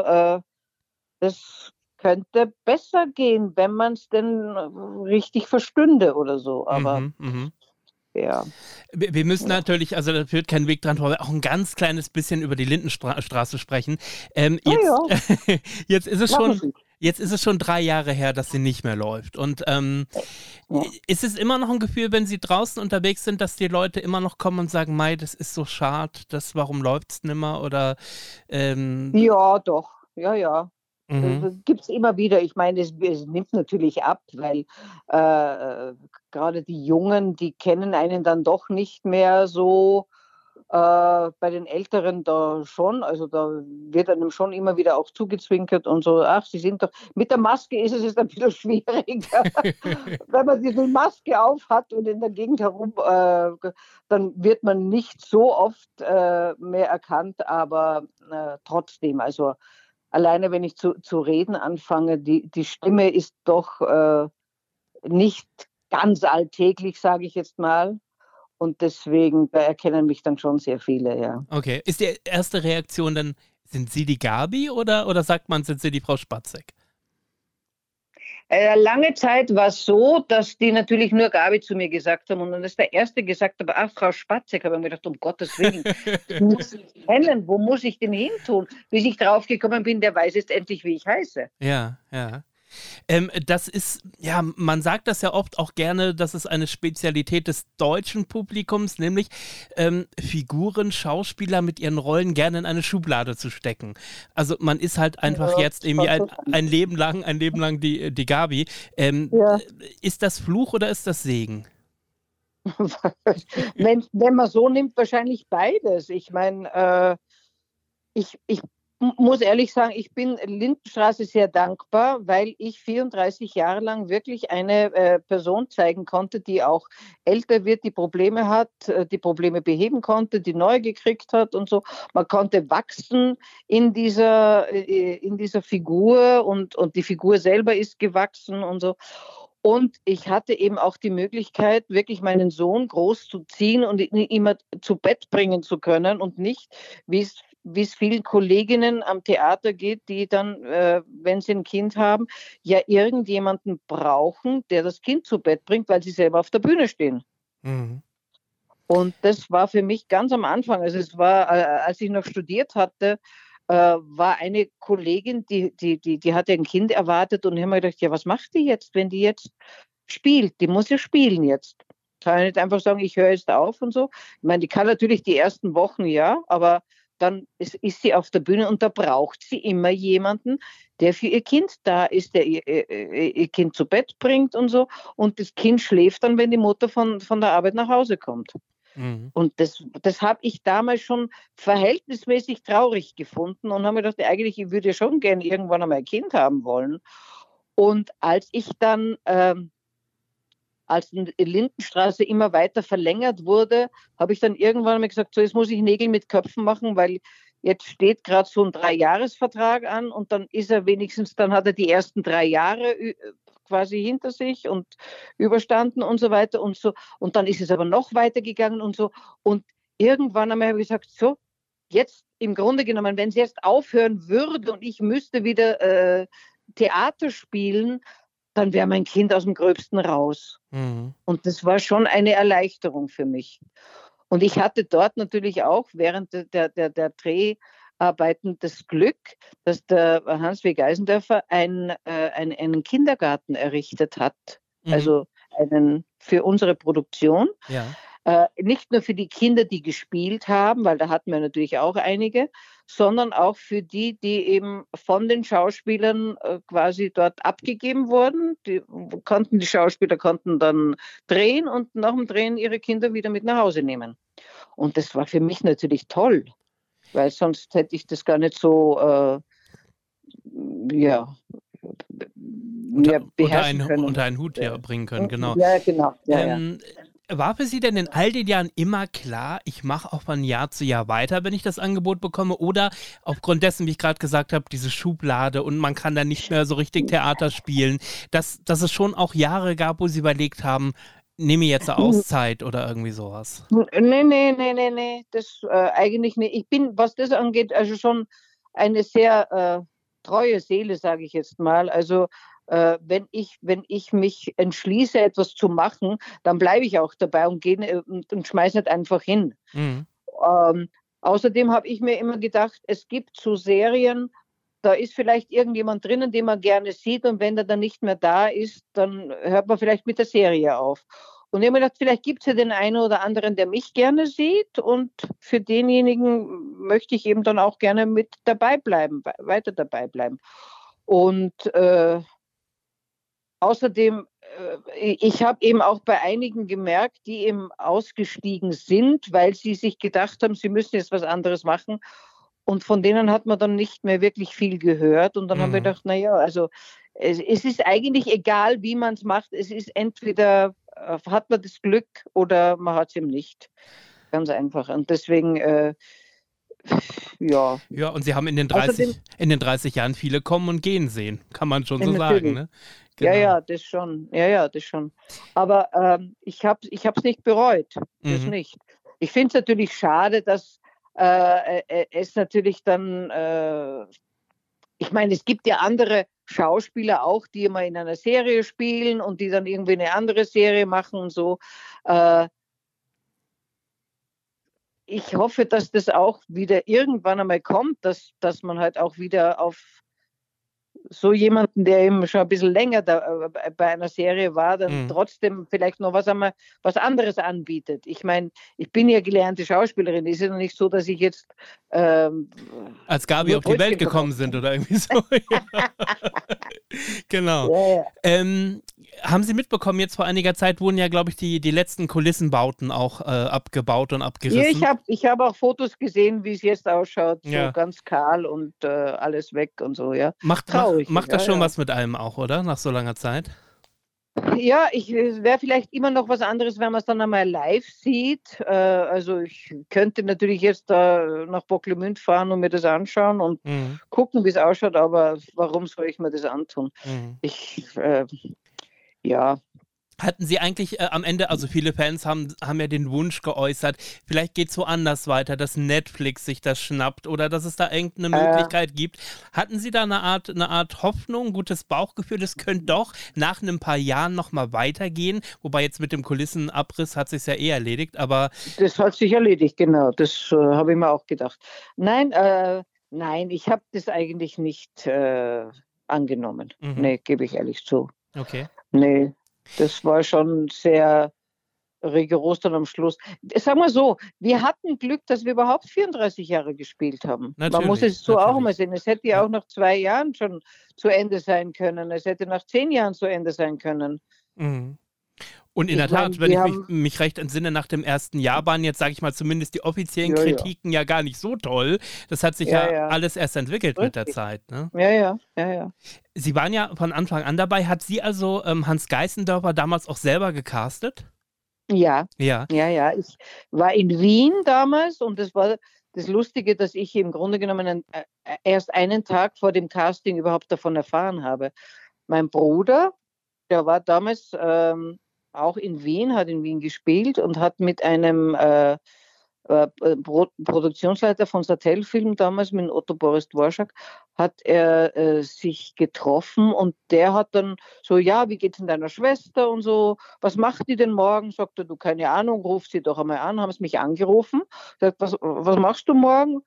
das könnte besser gehen, wenn man es denn richtig verstünde oder so. Aber Mhm. Mhm. ja. Wir müssen natürlich, also da führt kein Weg dran vorbei, auch ein ganz kleines bisschen über die Lindenstraße sprechen. Jetzt, Ja. jetzt ist es Machen schon. Sie. Jetzt ist es schon 3 Jahre her, dass sie nicht mehr läuft. Und Ja. ist es immer noch ein Gefühl, wenn sie draußen unterwegs sind, dass die Leute immer noch kommen und sagen, Mei, das ist so schade, warum läuft es nimmer? Oder Ja, doch. Ja, ja. mhm. Gibt es immer wieder. Ich meine, es nimmt natürlich ab, weil gerade die Jungen, die kennen einen dann doch nicht mehr so. Bei den Älteren da schon, also da wird einem schon immer wieder auch zugezwinkert und so, ach, sie sind doch, mit der Maske ist es jetzt ein bisschen schwieriger. Wenn man diese Maske auf hat und in der Gegend herum, dann wird man nicht so oft mehr erkannt, aber trotzdem, also alleine wenn ich zu reden anfange, die Stimme ist doch nicht ganz alltäglich, sage ich jetzt mal. Und deswegen, da erkennen mich dann schon sehr viele, ja. Okay. Ist die erste Reaktion dann, sind Sie die Gabi oder sagt man, sind Sie die Frau Spatzek? Lange Zeit war es so, dass die natürlich nur Gabi zu mir gesagt haben. Und dann ist der Erste gesagt, aber ach, Frau Spatzek, habe ich mir gedacht, um Gottes Willen, das muss ich kennen, wo muss ich denn hin tun? Bis ich draufgekommen bin, der weiß jetzt endlich, wie ich heiße. Ja, ja. Das ist, ja, man sagt das ja oft auch gerne, das ist eine Spezialität des deutschen Publikums, nämlich Figuren, Schauspieler mit ihren Rollen gerne in eine Schublade zu stecken. Also man ist halt einfach Ja, jetzt irgendwie ein Leben lang die Gabi. Ja. Ist das Fluch oder ist das Segen? Wenn man so nimmt, wahrscheinlich beides. Ich meine, ich muss ehrlich sagen, ich bin Lindenstraße sehr dankbar, weil ich 34 Jahre lang wirklich eine Person zeigen konnte, die auch älter wird, die Probleme hat, die Probleme beheben konnte, die neu gekriegt hat und so. Man konnte wachsen in dieser Figur und die Figur selber ist gewachsen und so. Und ich hatte eben auch die Möglichkeit, wirklich meinen Sohn groß zu ziehen und ihn immer zu Bett bringen zu können und nicht, wie es vielen Kolleginnen am Theater geht, die dann, wenn sie ein Kind haben, ja irgendjemanden brauchen, der das Kind zu Bett bringt, weil sie selber auf der Bühne stehen. Mhm. Und das war für mich ganz am Anfang, also es war, als ich noch studiert hatte, war eine Kollegin, die hatte ein Kind erwartet und ich habe mir gedacht, ja, was macht die jetzt, wenn die jetzt spielt? Die muss ja spielen jetzt. Kann ich nicht einfach sagen, ich höre jetzt auf und so. Ich meine, die kann natürlich die ersten Wochen, ja, aber dann ist sie auf der Bühne und da braucht sie immer jemanden, der für ihr Kind da ist, der ihr Kind zu Bett bringt und so. Und das Kind schläft dann, wenn die Mutter von der Arbeit nach Hause kommt. Mhm. Und das habe ich damals schon verhältnismäßig traurig gefunden und habe mir gedacht, eigentlich, ich würde schon gerne irgendwann einmal ein Kind haben wollen. Und als ich dann, als die Lindenstraße immer weiter verlängert wurde, habe ich dann irgendwann mal gesagt, so jetzt muss ich Nägel mit Köpfen machen, weil jetzt steht gerade so ein 3-Jahres-Vertrag an und dann ist er wenigstens, dann hat er die ersten 3 Jahre quasi hinter sich und überstanden und so weiter und so. Und dann ist es aber noch weitergegangen und so. Und irgendwann einmal habe ich gesagt, so, jetzt im Grunde genommen, wenn sie jetzt aufhören würde und ich müsste wieder Theater spielen, dann wäre mein Kind aus dem Gröbsten raus. Mhm. Und das war schon eine Erleichterung für mich. Und ich hatte dort natürlich auch während der Dreh arbeiten, das Glück, dass der Hans W. Geisendörfer einen Kindergarten errichtet hat. Mhm. Also für unsere Produktion. Ja. Nicht nur für die Kinder, die gespielt haben, weil da hatten wir natürlich auch einige, sondern auch für die eben von den Schauspielern quasi dort abgegeben wurden. Die Schauspieler konnten dann drehen und nach dem Drehen ihre Kinder wieder mit nach Hause nehmen. Und das war für mich natürlich toll, weil sonst hätte ich das gar nicht so beherrschen können. Unter einen Hut bringen können, genau. Ja, genau. Ja. War für Sie denn in all den Jahren immer klar, ich mache auch von Jahr zu Jahr weiter, wenn ich das Angebot bekomme? Oder aufgrund dessen, wie ich gerade gesagt habe, diese Schublade und man kann dann nicht mehr so richtig Theater spielen, dass es schon auch Jahre gab, wo Sie überlegt haben, nehme ich jetzt eine Auszeit oder irgendwie sowas? Nee. Das eigentlich nicht. Ich bin, was das angeht, also schon eine sehr treue Seele, sage ich jetzt mal. Also wenn ich mich entschließe, etwas zu machen, dann bleibe ich auch dabei und schmeiße nicht einfach hin. Mhm. Außerdem habe ich mir immer gedacht, es gibt so Serien, da ist vielleicht irgendjemand drinnen, den man gerne sieht, und wenn der dann nicht mehr da ist, dann hört man vielleicht mit der Serie auf. Und ich habe mir gedacht, vielleicht gibt es ja den einen oder anderen, der mich gerne sieht, und für denjenigen möchte ich eben dann auch gerne mit dabei bleiben, weiter dabei bleiben. Und außerdem, ich habe eben auch bei einigen gemerkt, die eben ausgestiegen sind, weil sie sich gedacht haben, sie müssen jetzt was anderes machen. Und von denen hat man dann nicht mehr wirklich viel gehört. Und dann haben wir gedacht, naja, also es ist eigentlich egal, wie man es macht. Es ist entweder hat man das Glück oder man hat es eben nicht. Ganz einfach. Und deswegen, ja. Ja, und Sie haben in den 30 Jahren viele kommen und gehen sehen, kann man schon so sagen. Ne? Genau. Ja, das schon. Aber ich hab's nicht bereut. Das nicht. Ich finde es natürlich schade, dass es natürlich dann, ich meine, es gibt ja andere Schauspieler auch, die immer in einer Serie spielen und die dann irgendwie eine andere Serie machen und so. Ich hoffe, dass das auch wieder irgendwann einmal kommt, dass man halt auch wieder auf so jemanden, der eben schon ein bisschen länger bei einer Serie war, dann trotzdem vielleicht noch was anderes anbietet. Ich meine, ich bin ja gelernte Schauspielerin. Es ist ja noch nicht so, dass ich jetzt als Gabi auf die Welt gekommen sind oder irgendwie so. Genau. Ja. Haben Sie mitbekommen, jetzt vor einiger Zeit wurden ja, glaube ich, die letzten Kulissenbauten auch abgebaut und abgerissen. Ja, ich hab auch Fotos gesehen, wie es jetzt ausschaut. So ganz kahl und alles weg und so, ja. Traurig. Macht das schon was mit einem auch, oder? Nach so langer Zeit? Ja, es wäre vielleicht immer noch was anderes, wenn man es dann einmal live sieht. Also ich könnte natürlich jetzt da nach Bocklemünd fahren und mir das anschauen und gucken, wie es ausschaut, aber warum soll ich mir das antun? Ja. Hatten Sie eigentlich am Ende, also viele Fans haben ja den Wunsch geäußert, vielleicht geht es so anders weiter, dass Netflix sich das schnappt oder dass es da irgendeine Möglichkeit gibt. Hatten Sie da eine Art Hoffnung, gutes Bauchgefühl, es könnte doch nach ein paar Jahren nochmal weitergehen, wobei jetzt mit dem Kulissenabriss hat es sich ja erledigt, aber... Das hat sich erledigt, genau, das habe ich mir auch gedacht. Nein, ich habe das eigentlich nicht angenommen. Nee, gebe ich ehrlich zu. Okay. Nee. Das war schon sehr rigoros dann am Schluss. Sagen wir so, wir hatten Glück, dass wir überhaupt 34 Jahre gespielt haben. Man muss es so auch mal sehen. Es hätte ja auch nach 2 Jahren schon zu Ende sein können. Es hätte nach 10 Jahren zu Ende sein können. Und in der Tat, wenn ich mich recht entsinne, nach dem ersten Jahr waren jetzt, sage ich mal, zumindest die offiziellen Kritiken ja gar nicht so toll. Das hat sich ja alles erst entwickelt mit der Zeit. Ne? Ja. Sie waren ja von Anfang an dabei. Hat Sie also Hans Geisendörfer damals auch selber gecastet? Ja. Ich war in Wien damals und das war das Lustige, dass ich im Grunde genommen erst einen Tag vor dem Casting überhaupt davon erfahren habe. Mein Bruder, der war damals auch in Wien, hat in Wien gespielt und hat mit einem Produktionsleiter von Satellfilm damals, mit Otto Boris Dvorak, hat er sich getroffen und der hat dann so, ja, wie geht's denn deiner Schwester und so, was macht die denn morgen? Sagt er, du, keine Ahnung, ruf sie doch einmal an, haben sie mich angerufen, sagt, was machst du morgen?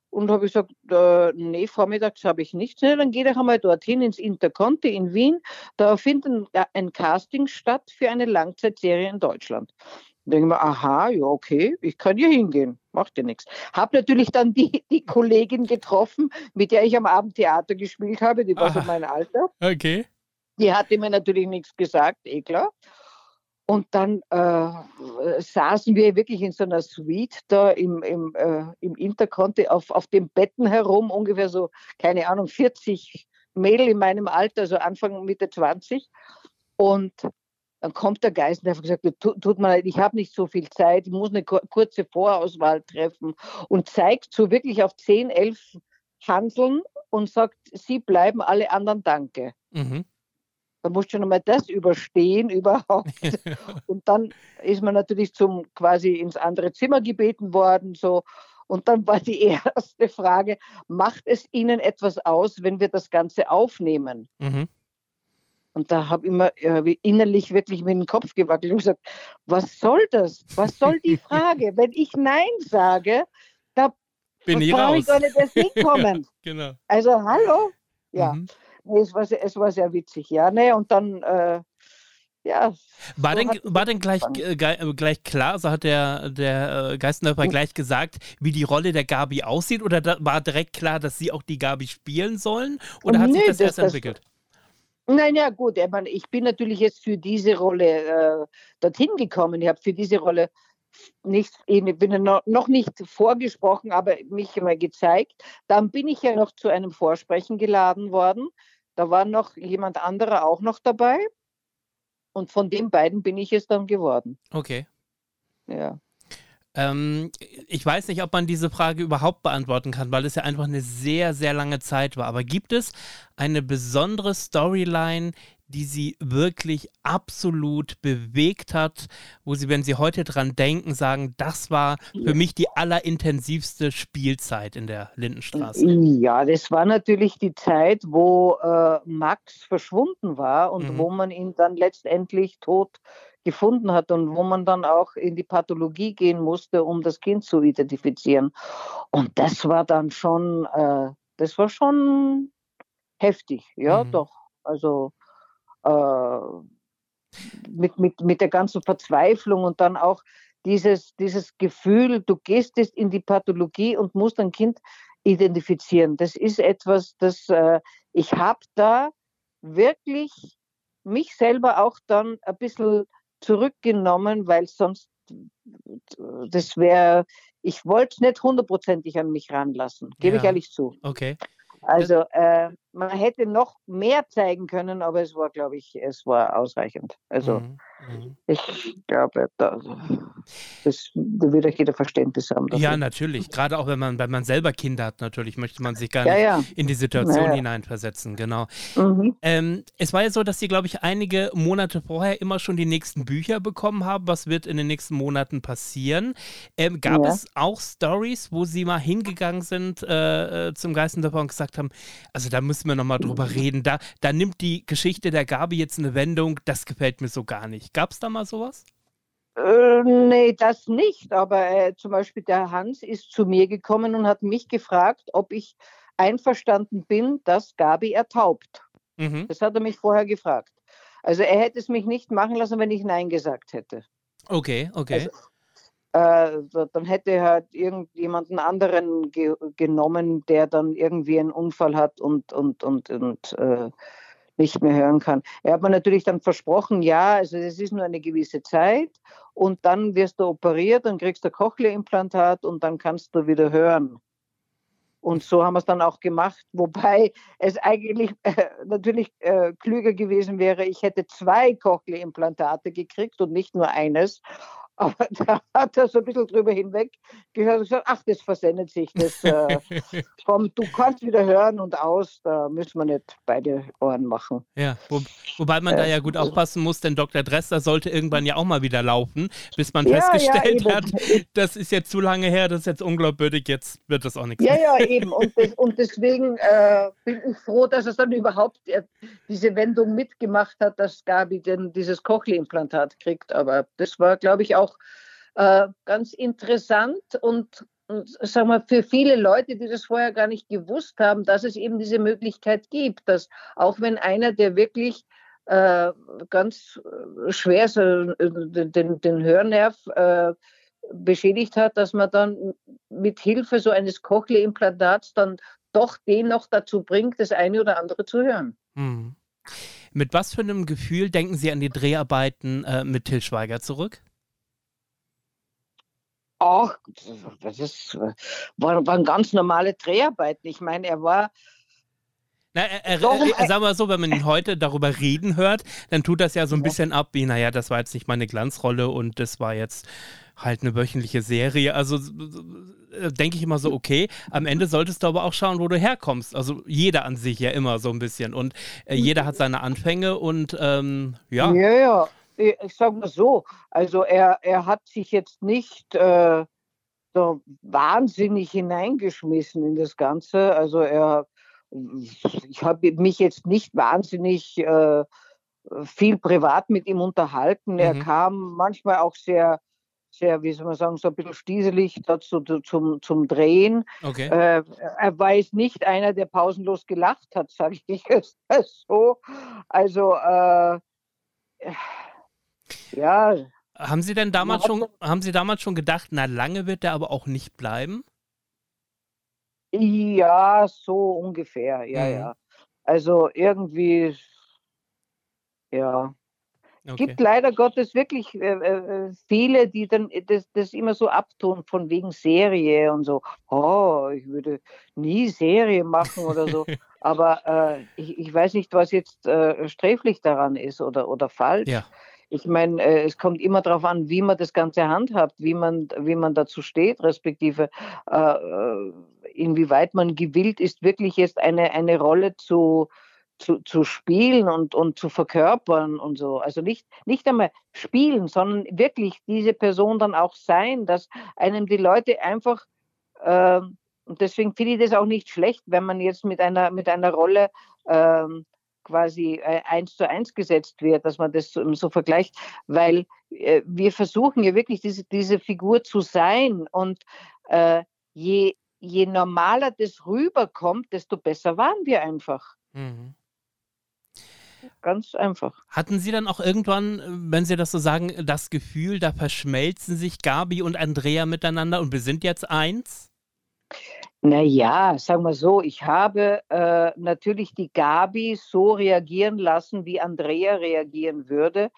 Und habe ich gesagt, nee, vormittags habe ich nichts. Nee, dann geh doch einmal dorthin ins Interconti in Wien. Da findet ein Casting statt für eine Langzeitserie in Deutschland. Da denke ich mir, aha, ja, okay, ich kann hier hingehen, macht ja nichts. Habe natürlich dann die Kollegin getroffen, mit der ich am Abend Theater gespielt habe, die war so mein Alter. Okay. Die hatte mir natürlich nichts gesagt, eh klar. Und dann saßen wir wirklich in so einer Suite da im Interconti auf den Betten herum, ungefähr so, keine Ahnung, 40 Mädel in meinem Alter, so Anfang, Mitte 20. Und dann kommt der Geist und hat gesagt, tut mir leid, ich habe nicht so viel Zeit, ich muss eine kurze Vorauswahl treffen und zeigt so wirklich auf 10, 11 Hanseln und sagt, Sie bleiben, alle anderen danke. Mhm. Da musst du noch mal das überstehen überhaupt. Und dann ist man natürlich quasi ins andere Zimmer gebeten worden. So. Und dann war die erste Frage, macht es Ihnen etwas aus, wenn wir das Ganze aufnehmen? Mhm. Und da habe ich immer innerlich wirklich mit dem Kopf gewackelt und gesagt, was soll das? Was soll die Frage? Wenn ich Nein sage, da bin ich brauche raus. ich gar nicht erst hinkommen. Genau. Also, hallo? Ja. Mhm. Nee, es war sehr witzig, ja. Nee, und dann, ja. War denn gleich klar, also hat der Geißendorfer gleich gesagt, wie die Rolle der Gabi aussieht? Oder war direkt klar, dass Sie auch die Gabi spielen sollen? Oder hat sich das erst entwickelt? Nein, ja gut, ich bin natürlich jetzt für diese Rolle dorthin gekommen. Ich habe für diese Rolle ich bin noch nicht vorgesprochen, aber mich mal gezeigt. Dann bin ich ja noch zu einem Vorsprechen geladen worden. Da war noch jemand anderer auch noch dabei. Und von den beiden bin ich es dann geworden. Okay. Ja. Ich weiß nicht, ob man diese Frage überhaupt beantworten kann, weil es ja einfach eine sehr, sehr lange Zeit war. Aber gibt es eine besondere Storyline, die Sie wirklich absolut bewegt hat, wo Sie, wenn Sie heute dran denken, sagen, das war für mich die allerintensivste Spielzeit in der Lindenstraße? Ja, das war natürlich die Zeit, wo Max verschwunden war und wo man ihn dann letztendlich tot gefunden hat und wo man dann auch in die Pathologie gehen musste, um das Kind zu identifizieren. Und das war dann schon, heftig, ja, doch. Also mit der ganzen Verzweiflung und dann auch dieses Gefühl, du gehst jetzt in die Pathologie und musst ein Kind identifizieren. Das ist etwas, das ich habe da wirklich mich selber auch dann ein bisschen zurückgenommen, weil sonst ich wollte es nicht hundertprozentig an mich ranlassen, gebe ich ehrlich zu. Okay. Also man hätte noch mehr zeigen können, aber es war, glaube ich, ausreichend. Also ich glaube, da wird auch jeder Verständnis haben dafür. Ja, natürlich. Gerade auch wenn man selber Kinder hat, natürlich möchte man sich gar nicht in die Situation hineinversetzen. Genau. Es war ja so, dass Sie, glaube ich, einige Monate vorher immer schon die nächsten Bücher bekommen haben. Was wird in den nächsten Monaten passieren? Gab es auch Stories, wo Sie mal hingegangen sind zum Geißendorfer und gesagt haben, also da müssen wir nochmal drüber reden. Da nimmt die Geschichte der Gabi jetzt eine Wendung, das gefällt mir so gar nicht. Gab es da mal sowas? Nee, das nicht. Aber zum Beispiel der Hans ist zu mir gekommen und hat mich gefragt, ob ich einverstanden bin, dass Gabi ertaubt. Das hat er mich vorher gefragt. Also er hätte es mich nicht machen lassen, wenn ich Nein gesagt hätte. Okay. Also, dann hätte er halt irgendjemanden anderen genommen, der dann irgendwie einen Unfall hat und nicht mehr hören kann. Er hat mir natürlich dann versprochen, ja, also es ist nur eine gewisse Zeit und dann wirst du operiert, dann kriegst du ein Cochlea-Implantat und dann kannst du wieder hören. Und so haben wir es dann auch gemacht, wobei es eigentlich natürlich klüger gewesen wäre, ich hätte 2 Cochlea-Implantate gekriegt und nicht nur eines. Aber da hat er so ein bisschen drüber hinweg gehört und gesagt, ach, das versendet sich, komm, du kannst wieder hören und aus, da müssen wir nicht beide Ohren machen. Ja, wobei man da ja gut aufpassen muss, denn Dr. Dresser sollte irgendwann ja auch mal wieder laufen, bis man festgestellt hat, das ist jetzt zu lange her, das ist jetzt unglaubwürdig, jetzt wird das auch nichts mehr. Ja, eben. Und deswegen bin ich froh, dass es dann überhaupt diese Wendung mitgemacht hat, dass Gabi denn dieses Cochlea-Implantat kriegt. Aber das war, glaube ich, auch ganz interessant und sagen wir, für viele Leute, die das vorher gar nicht gewusst haben, dass es eben diese Möglichkeit gibt, dass auch wenn einer, der wirklich ganz schwer so, den Hörnerv beschädigt hat, dass man dann mit Hilfe so eines Cochlea-Implantats dann doch den noch dazu bringt, das eine oder andere zu hören. Hm. Mit was für einem Gefühl denken Sie an die Dreharbeiten mit Til Schweiger zurück? Ach, waren ganz normale Dreharbeiten. Ich meine, er war Na, sagen wir mal so, wenn man ihn heute darüber reden hört, dann tut das ja so ein bisschen ab, wie, naja, das war jetzt nicht meine Glanzrolle und das war jetzt halt eine wöchentliche Serie. Also denke ich immer so, okay, am Ende solltest du aber auch schauen, wo du herkommst. Also jeder an sich ja immer so ein bisschen und jeder hat seine Anfänge und ja. Ja, ich sage mal so, also er hat sich jetzt nicht so wahnsinnig hineingeschmissen in das Ganze. Also ich habe mich jetzt nicht wahnsinnig viel privat mit ihm unterhalten. Er kam manchmal auch sehr, sehr, wie soll man sagen, so ein bisschen stieselig dazu, zum Drehen. Okay. Er war jetzt nicht einer, der pausenlos gelacht hat, sage ich jetzt so. Also ja. Haben Sie denn damals schon gedacht, na lange wird er aber auch nicht bleiben? Ja, so ungefähr, ja. Also irgendwie, ja. Es gibt leider Gottes wirklich viele, die dann das immer so abtun, von wegen Serie und so. Oh, ich würde nie Serie machen oder so. Aber ich weiß nicht, was jetzt sträflich daran ist oder falsch. Ja. Ich meine, es kommt immer darauf an, wie man das Ganze handhabt, wie man dazu steht, respektive inwieweit man gewillt ist, wirklich jetzt eine Rolle zu spielen und zu verkörpern und so. Also nicht einmal spielen, sondern wirklich diese Person dann auch sein, dass einem die Leute einfach, und deswegen finde ich das auch nicht schlecht, wenn man jetzt mit einer Rolle quasi 1:1 gesetzt wird, dass man das so vergleicht, weil wir versuchen ja wirklich diese Figur zu sein und je normaler das rüberkommt, desto besser waren wir einfach. Mhm. Ganz einfach. Hatten Sie dann auch irgendwann, wenn Sie das so sagen, das Gefühl, da verschmelzen sich Gabi und Andrea miteinander und wir sind jetzt eins? Naja, sagen wir so, ich habe natürlich die Gabi so reagieren lassen, wie Andrea reagieren würde,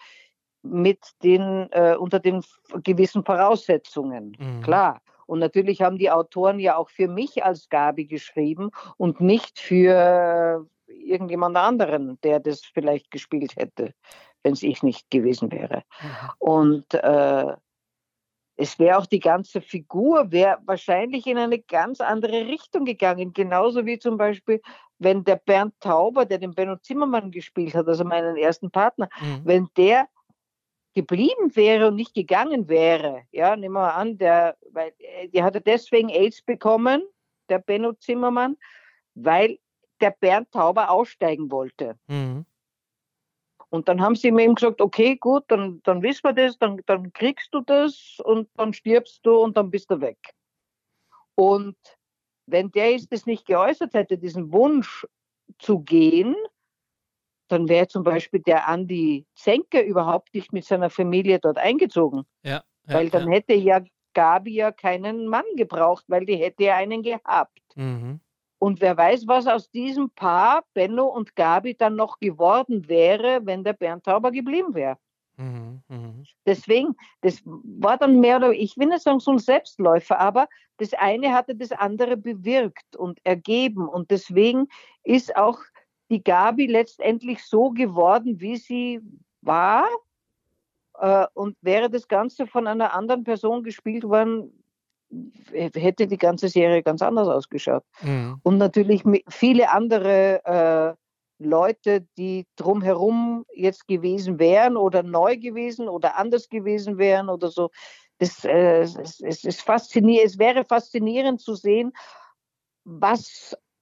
unter den gewissen Voraussetzungen. Klar. Und natürlich haben die Autoren ja auch für mich als Gabi geschrieben und nicht für irgendjemand anderen, der das vielleicht gespielt hätte, wenn es ich nicht gewesen wäre. Und es wäre auch die ganze Figur, wäre wahrscheinlich in eine ganz andere Richtung gegangen. Genauso wie zum Beispiel, wenn der Bernd Tauber, der den Benno Zimmermann gespielt hat, also meinen ersten Partner, wenn der geblieben wäre und nicht gegangen wäre, ja, nehmen wir mal an, der hatte deswegen AIDS bekommen, der Benno Zimmermann, weil der Bernd Tauber aussteigen wollte. Und dann haben sie ihm gesagt, okay, gut, dann wissen wir das, dann kriegst du das und dann stirbst du und dann bist du weg. Und wenn der jetzt das nicht geäußert hätte, diesen Wunsch zu gehen, dann wäre zum Beispiel der Andi Zenker überhaupt nicht mit seiner Familie dort eingezogen. Ja, weil dann hätte ja Gabi ja keinen Mann gebraucht, weil die hätte ja einen gehabt. Und wer weiß, was aus diesem Paar, Benno und Gabi, dann noch geworden wäre, wenn der Bernd Tauber geblieben wäre. Deswegen, das war dann mehr oder ich will nicht sagen so ein Selbstläufer, aber das eine hatte das andere bewirkt und ergeben. Und deswegen ist auch die Gabi letztendlich so geworden, wie sie war. Und wäre das Ganze von einer anderen Person gespielt worden, hätte die ganze Serie ganz anders ausgeschaut. Und natürlich viele andere Leute, die drumherum jetzt gewesen wären oder neu gewesen oder anders gewesen wären oder so. Es ist faszinierend. Es wäre faszinierend zu sehen,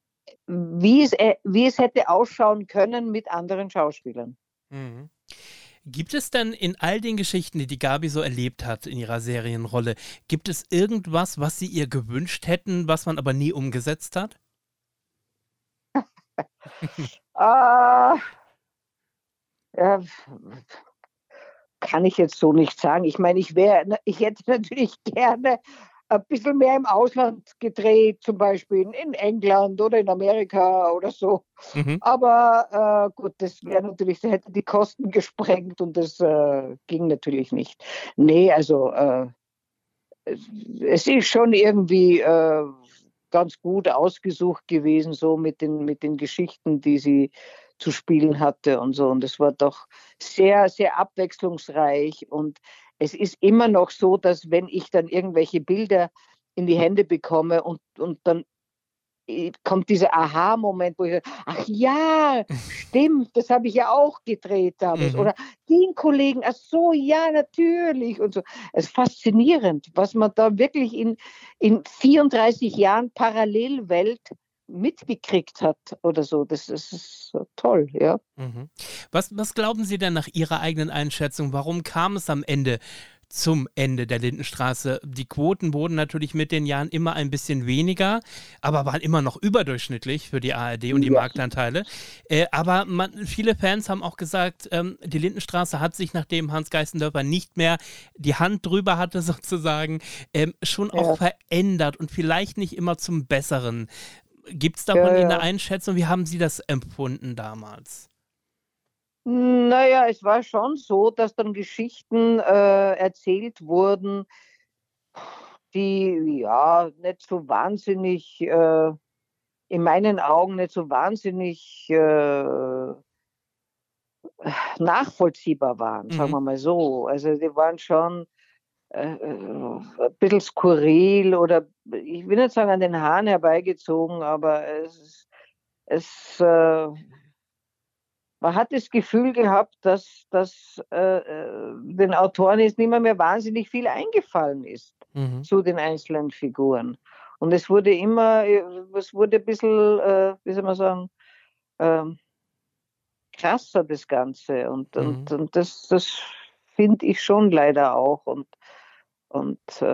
wie es hätte ausschauen können mit anderen Schauspielern. Gibt es denn in all den Geschichten, die Gabi so erlebt hat in ihrer Serienrolle, gibt es irgendwas, was Sie ihr gewünscht hätten, was man aber nie umgesetzt hat? Ah, ja, kann ich jetzt so nicht sagen. Ich meine, ich hätte natürlich gerne ein bisschen mehr im Ausland gedreht, zum Beispiel in England oder in Amerika oder so. Mhm. Aber gut, das hätte die Kosten gesprengt und das ging natürlich nicht. Nee, also es ist schon irgendwie ganz gut ausgesucht gewesen, so mit den Geschichten, die sie zu spielen hatte und so. Und es war doch sehr, sehr abwechslungsreich. Und es ist immer noch so, dass wenn ich dann irgendwelche Bilder in die Hände bekomme und dann kommt dieser Aha-Moment, wo ich sage, ach ja, stimmt, das habe ich ja auch gedreht damals. Mhm. Oder den Kollegen, ach so, ja, natürlich. Und so. Es ist faszinierend, was man da wirklich in 34 Jahren Parallelwelt mitgekriegt hat oder so. Das ist so toll, ja. Mhm. Was glauben Sie denn nach Ihrer eigenen Einschätzung? Warum kam es am Ende zum Ende der Lindenstraße? Die Quoten wurden natürlich mit den Jahren immer ein bisschen weniger, aber waren immer noch überdurchschnittlich für die ARD und die Ja. Marktanteile. Aber viele Fans haben auch gesagt, die Lindenstraße hat sich, nachdem Hans Geißendörfer nicht mehr die Hand drüber hatte, sozusagen, schon auch verändert und vielleicht nicht immer zum Besseren. Gibt es davon Ihnen eine Einschätzung? Wie haben Sie das empfunden damals? Naja, es war schon so, dass dann Geschichten erzählt wurden, die ja nicht so wahnsinnig, in meinen Augen nicht so wahnsinnig nachvollziehbar waren, sagen Mhm. wir mal so. Also die waren schon ein bisschen skurril oder ich will nicht sagen an den Haaren herbeigezogen, aber man hat das Gefühl gehabt, dass den Autoren jetzt nicht mehr wahnsinnig viel eingefallen ist Mhm. zu den einzelnen Figuren. Und es wurde ein bisschen, wie soll man sagen, ähm, krasser, das Ganze. Mhm. Und das finde ich schon leider auch. Und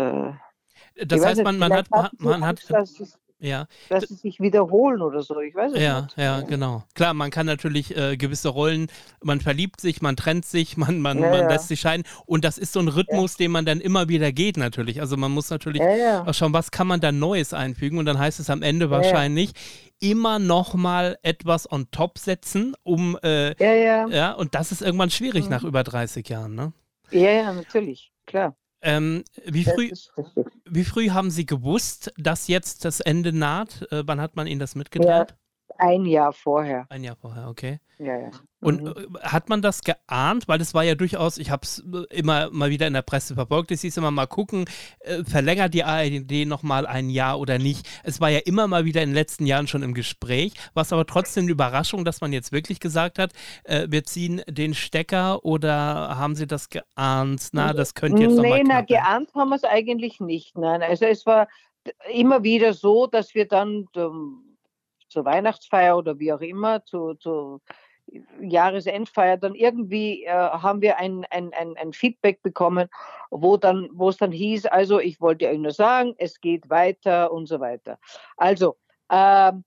ich Das weiß heißt, nicht, man hat, vielleicht hatten sie man hat, Angst, ja. dass sie sich wiederholen oder so. Ich weiß es Ja, nicht. ja, genau. Klar, man kann natürlich gewisse Rollen, man verliebt sich, man trennt sich, Ja, man lässt ja, sich scheiden und das ist so ein ja, Rhythmus, den man dann immer wieder geht natürlich. Also man muss natürlich ja, ja, auch schauen, was kann man da Neues einfügen und dann heißt es am Ende ja, ja, wahrscheinlich immer noch mal etwas on top setzen, ja, ja, ja, und das ist irgendwann schwierig nach mhm. über 30 Jahren, ne? Ja, ja, natürlich, klar. Ähm, wie Das früh, ist richtig. wie früh haben Sie gewusst, dass jetzt das Ende naht? Wann hat man Ihnen das Ja, mitgeteilt? ein Jahr vorher. Ein Jahr vorher, okay. Ja, ja. Und Mhm. hat man das geahnt? Weil es war ja durchaus, ich habe es immer mal wieder in der Presse verfolgt, es hieß immer mal gucken, verlängert die ARD nochmal ein Jahr oder nicht. Es war ja immer mal wieder in den letzten Jahren schon im Gespräch, war es aber trotzdem eine Überraschung, dass man jetzt wirklich gesagt hat, wir ziehen den Stecker oder haben Sie das geahnt? Na, das könnte jetzt nochmal Nee, na, knapp werden. geahnt haben wir es eigentlich nicht. Nein, also es war immer wieder so, dass wir dann zur Weihnachtsfeier oder wie auch immer, zu Jahresendfeier, dann irgendwie haben wir ein Feedback bekommen, wo es dann hieß, also ich wollte euch nur sagen, es geht weiter und so weiter. Also, ähm,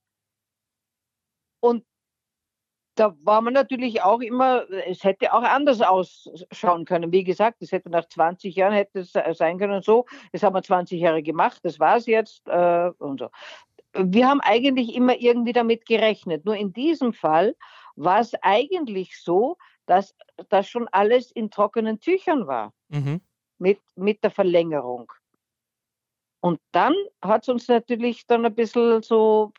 und da war man natürlich auch immer, es hätte auch anders ausschauen können. Wie gesagt, es hätte nach 20 Jahren hätte es sein können so, das haben wir 20 Jahre gemacht, das war es jetzt und so. Wir haben eigentlich immer irgendwie damit gerechnet. Nur in diesem Fall war es eigentlich so, dass das schon alles in trockenen Tüchern war Mhm. mit der Verlängerung. Und dann hat es uns natürlich dann ein bisschen so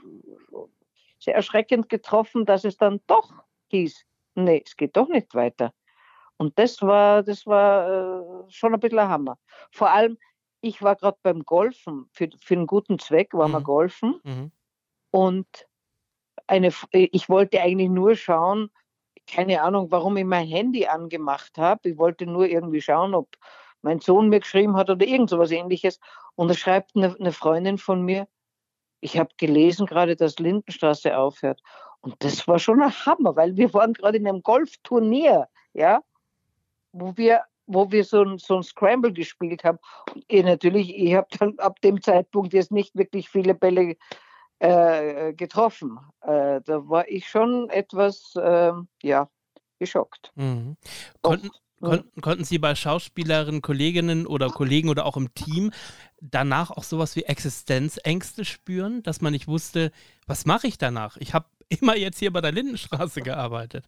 sehr erschreckend getroffen, dass es dann doch hieß, nee, es geht doch nicht weiter. Und das war schon ein bisschen ein Hammer. Vor allem, ich war gerade beim Golfen, für einen guten Zweck waren wir Mhm. golfen Mhm. und ich wollte eigentlich nur schauen, keine Ahnung, warum ich mein Handy angemacht habe. Ich wollte nur irgendwie schauen, ob mein Sohn mir geschrieben hat oder irgend so was Ähnliches. Und da schreibt eine Freundin von mir, ich habe gelesen gerade, dass Lindenstraße aufhört. Und das war schon ein Hammer, weil wir waren gerade in einem Golfturnier, ja. wo wir so ein Scramble gespielt haben. Und ich habe dann ab dem Zeitpunkt jetzt nicht wirklich viele Bälle getroffen. Da war ich schon etwas, geschockt. Mhm. Doch. Konnten Sie bei Schauspielerinnen, Kolleginnen oder Kollegen oder auch im Team danach auch sowas wie Existenzängste spüren, dass man nicht wusste, was mache ich danach? Ich habe immer jetzt hier bei der Lindenstraße gearbeitet.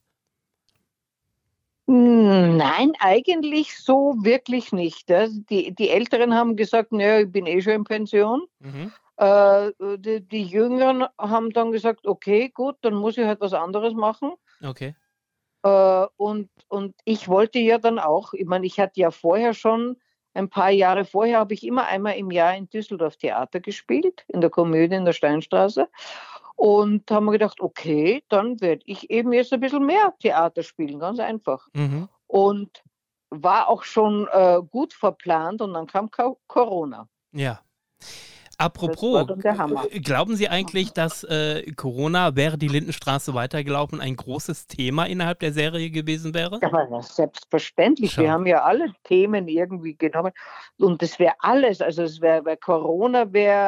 Nein, eigentlich so wirklich nicht. Die Älteren haben gesagt, naja, ich bin schon in Pension. Mhm. Die Jüngeren haben dann gesagt, okay, gut, dann muss ich halt was anderes machen. Okay. Und ich wollte ja dann auch, ich meine, ich hatte ja vorher schon, ein paar Jahre vorher habe ich immer einmal im Jahr in Düsseldorf Theater gespielt, in der Komödie in der Steinstraße. Und haben wir gedacht, okay, dann werde ich eben jetzt ein bisschen mehr Theater spielen, ganz einfach. Mhm. Und war auch schon gut verplant und dann kam Corona. Ja. Das Apropos, war dann der Hammer. glauben Sie eigentlich, dass Corona, wäre die Lindenstraße weitergelaufen, ein großes Thema innerhalb der Serie gewesen wäre? Aber das selbstverständlich. Schon. Wir haben ja alle Themen irgendwie genommen. Und das wäre alles. Also es wäre Corona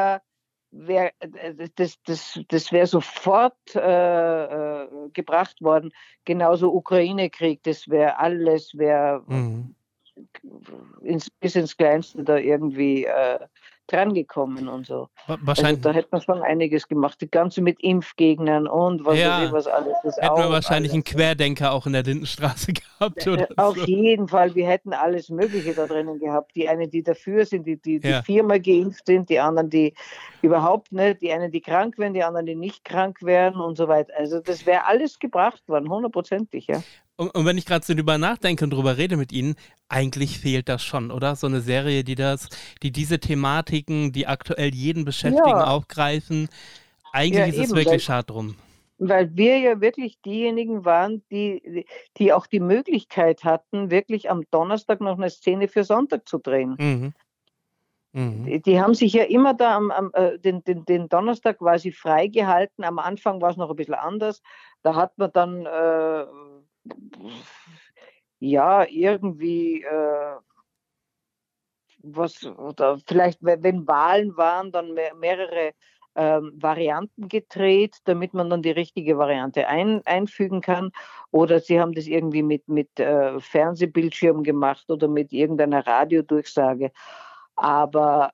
das wäre sofort gebracht worden. Genauso Ukraine-Krieg, das wäre alles, Mhm. bis ins Kleinste da irgendwie drangekommen und so. Also Wahrscheinlich, da hätte man schon einiges gemacht. Die ganze mit Impfgegnern und was Ja, weiß ich, was alles. Das hätten wir auch wahrscheinlich einen alles. Querdenker auch in der Lindenstraße gehabt oder Auf so. jeden Fall, wir hätten alles Mögliche da drinnen gehabt. Die einen, die dafür sind, die Ja. viermal geimpft sind, die anderen, die überhaupt nicht, die einen, die krank wären, die anderen, die nicht krank wären und so weiter. Also das wäre alles gebracht worden, 100%, ja. Und wenn ich gerade so drüber nachdenke und drüber rede mit Ihnen, eigentlich fehlt das schon, oder? So eine Serie, die diese Thematiken, die aktuell jeden beschäftigen, Ja. aufgreifen. Eigentlich Ja, ist es eben, wirklich schade drum. weil wir ja wirklich diejenigen waren, die auch die Möglichkeit hatten, wirklich am Donnerstag noch eine Szene für Sonntag zu drehen. Mhm. Mhm. Die haben sich ja immer da den Donnerstag quasi freigehalten. Am Anfang war es noch ein bisschen anders. Da hat man dann irgendwie oder vielleicht, wenn Wahlen waren, dann mehrere Varianten gedreht, damit man dann die richtige Variante einfügen kann. Oder sie haben das irgendwie mit Fernsehbildschirm gemacht oder mit irgendeiner Radiodurchsage. Aber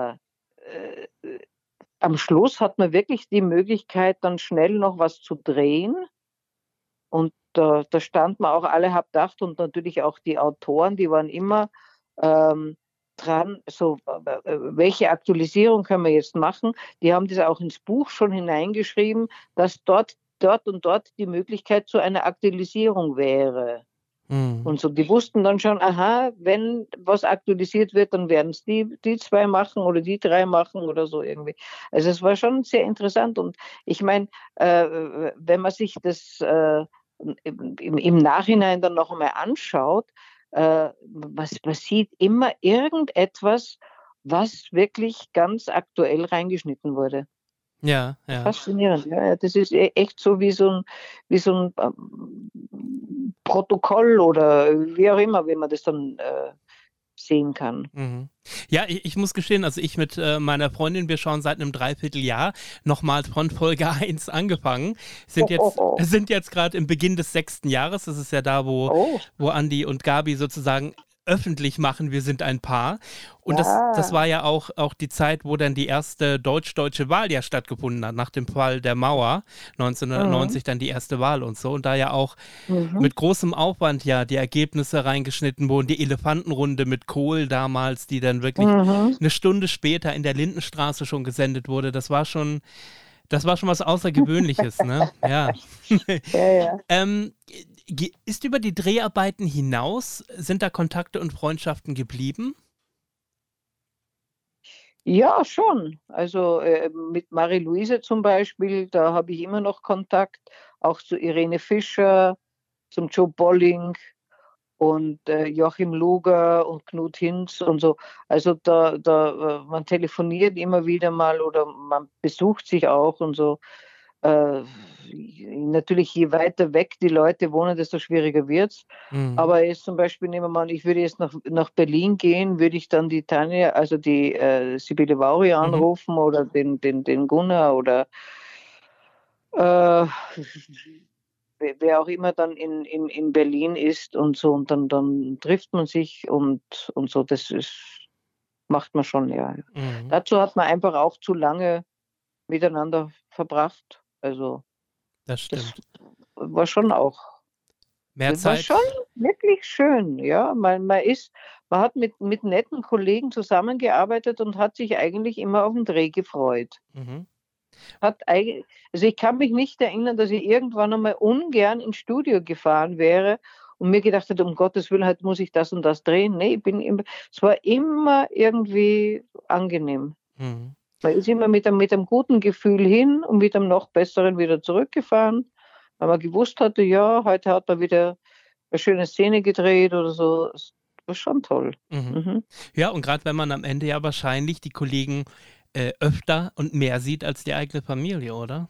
am Schluss hat man wirklich die Möglichkeit, dann schnell noch was zu drehen. Und da stand man auch alle Hauptdacht und natürlich auch die Autoren, die waren immer dran, so welche Aktualisierung können wir jetzt machen. Die haben das auch ins Buch schon hineingeschrieben, dass dort und dort die Möglichkeit zu einer Aktualisierung wäre. Mhm. Und so, die wussten dann schon, aha, wenn was aktualisiert wird, dann werden es die zwei machen oder die drei machen oder so irgendwie. Also es war schon sehr interessant und ich meine, wenn man sich das im Nachhinein dann noch einmal anschaut, man sieht immer irgendetwas, was wirklich ganz aktuell reingeschnitten wurde. Ja, ja. Faszinierend, ja. Das ist echt so wie so ein Protokoll oder wie auch immer, wie man das dann sehen kann. Mhm. Ja, ich muss gestehen, also ich mit meiner Freundin, wir schauen seit einem Dreivierteljahr nochmals von Folge 1 angefangen, sind jetzt gerade im Beginn des 6. Jahres, das ist ja da, wo Andi und Gabi sozusagen öffentlich machen, wir sind ein Paar. Und das war ja auch die Zeit, wo dann die erste deutsch-deutsche Wahl ja stattgefunden hat, nach dem Fall der Mauer, 1990 dann die erste Wahl und so. Und da ja auch mit großem Aufwand ja die Ergebnisse reingeschnitten wurden, die Elefantenrunde mit Kohl damals, die dann wirklich eine Stunde später in der Lindenstraße schon gesendet wurde, das war schon was Außergewöhnliches, ne? Ja. Ja. Ist über die Dreharbeiten hinaus, sind da Kontakte und Freundschaften geblieben? Ja, schon. Also mit Marie-Louise zum Beispiel, da habe ich immer noch Kontakt, auch zu Irene Fischer, zum Joe Bolling und Joachim Luger und Knut Hinz und so. Also man telefoniert immer wieder mal oder man besucht sich auch und so. Äh, Natürlich, je weiter weg die Leute wohnen, desto schwieriger wird es. Aber jetzt zum Beispiel, nehmen wir mal an, ich würde jetzt nach Berlin gehen, würde ich dann die Tanja, also die Sibylle Vauri anrufen oder den Gunnar oder äh, wer auch immer dann in Berlin ist und so. Und dann trifft man sich und so. Macht man schon, ja. Dazu hat man einfach auch zu lange miteinander verbracht. Also Das stimmt. das war schon auch. Mehr Das war Zeit. schon wirklich schön, ja. Man hat mit netten Kollegen zusammengearbeitet und hat sich eigentlich immer auf den Dreh gefreut. Also ich kann mich nicht erinnern, dass ich irgendwann einmal ungern ins Studio gefahren wäre und mir gedacht hätte, um Gottes Willen, heute muss ich das und das drehen. Nee, es war immer irgendwie angenehm. Man ist immer mit einem guten Gefühl hin und mit einem noch besseren wieder zurückgefahren, weil man gewusst hatte, ja, heute hat man wieder eine schöne Szene gedreht oder so. Das war schon toll. Ja, und gerade wenn man am Ende ja wahrscheinlich die Kollegen öfter und mehr sieht als die eigene Familie, oder?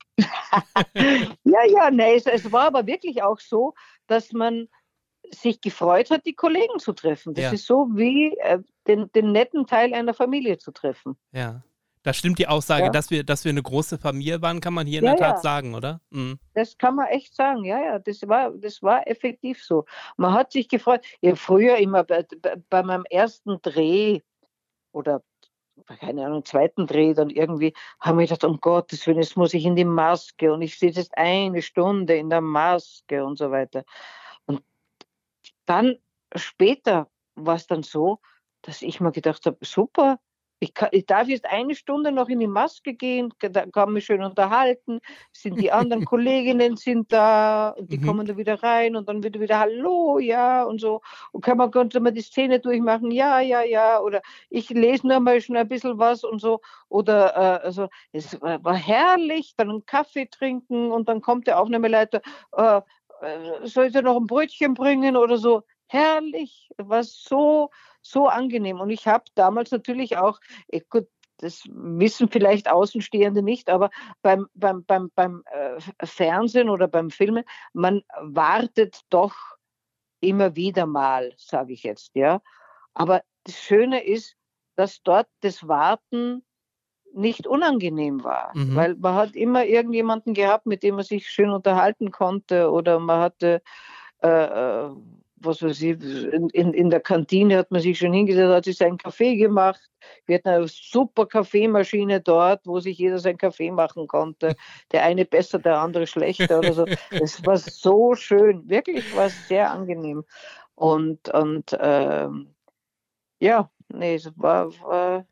Ja, nee, es war aber wirklich auch so, dass man sich gefreut hat, die Kollegen zu treffen. Das ist so wie den netten Teil einer Familie zu treffen. Ja. Da stimmt die Aussage, dass wir eine große Familie waren, kann man hier in der Tat sagen, oder? Das kann man echt sagen, ja. Das war effektiv so. Man hat sich gefreut. Ja, früher immer bei meinem ersten Dreh oder keine Ahnung, zweiten Dreh dann irgendwie, haben wir gedacht, um Gottes Willen, jetzt muss ich in die Maske und ich sitze jetzt 1 Stunde in der Maske und so weiter. Und dann später war es dann so, dass ich mir gedacht habe, super, ich darf jetzt 1 Stunde noch in die Maske gehen, da kann mich schön unterhalten, die anderen Kolleginnen sind da und die kommen da wieder rein und dann wird wieder Hallo, ja und so. Und konnte man die Szene durchmachen, ja, oder ich lese nur mal schon ein bisschen was und so. Oder also es war herrlich, dann einen Kaffee trinken und dann kommt der Aufnahmeleiter, soll ich dir noch ein Brötchen bringen oder so. Herrlich, war so angenehm. Und ich habe damals natürlich auch, gut, das wissen vielleicht Außenstehende nicht, aber beim Fernsehen oder beim Filmen, man wartet doch immer wieder mal, sage ich jetzt, ja. Aber das Schöne ist, dass dort das Warten nicht unangenehm war, weil man hat immer irgendjemanden gehabt, mit dem man sich schön unterhalten konnte oder man hatte was weiß ich, in der Kantine hat man sich schon hingesetzt, hat sich seinen Kaffee gemacht. Wir hatten eine super Kaffeemaschine dort, wo sich jeder seinen Kaffee machen konnte. Der eine besser, der andere schlechter oder so. Es war so schön, wirklich war es sehr angenehm. Und ja, nee, es war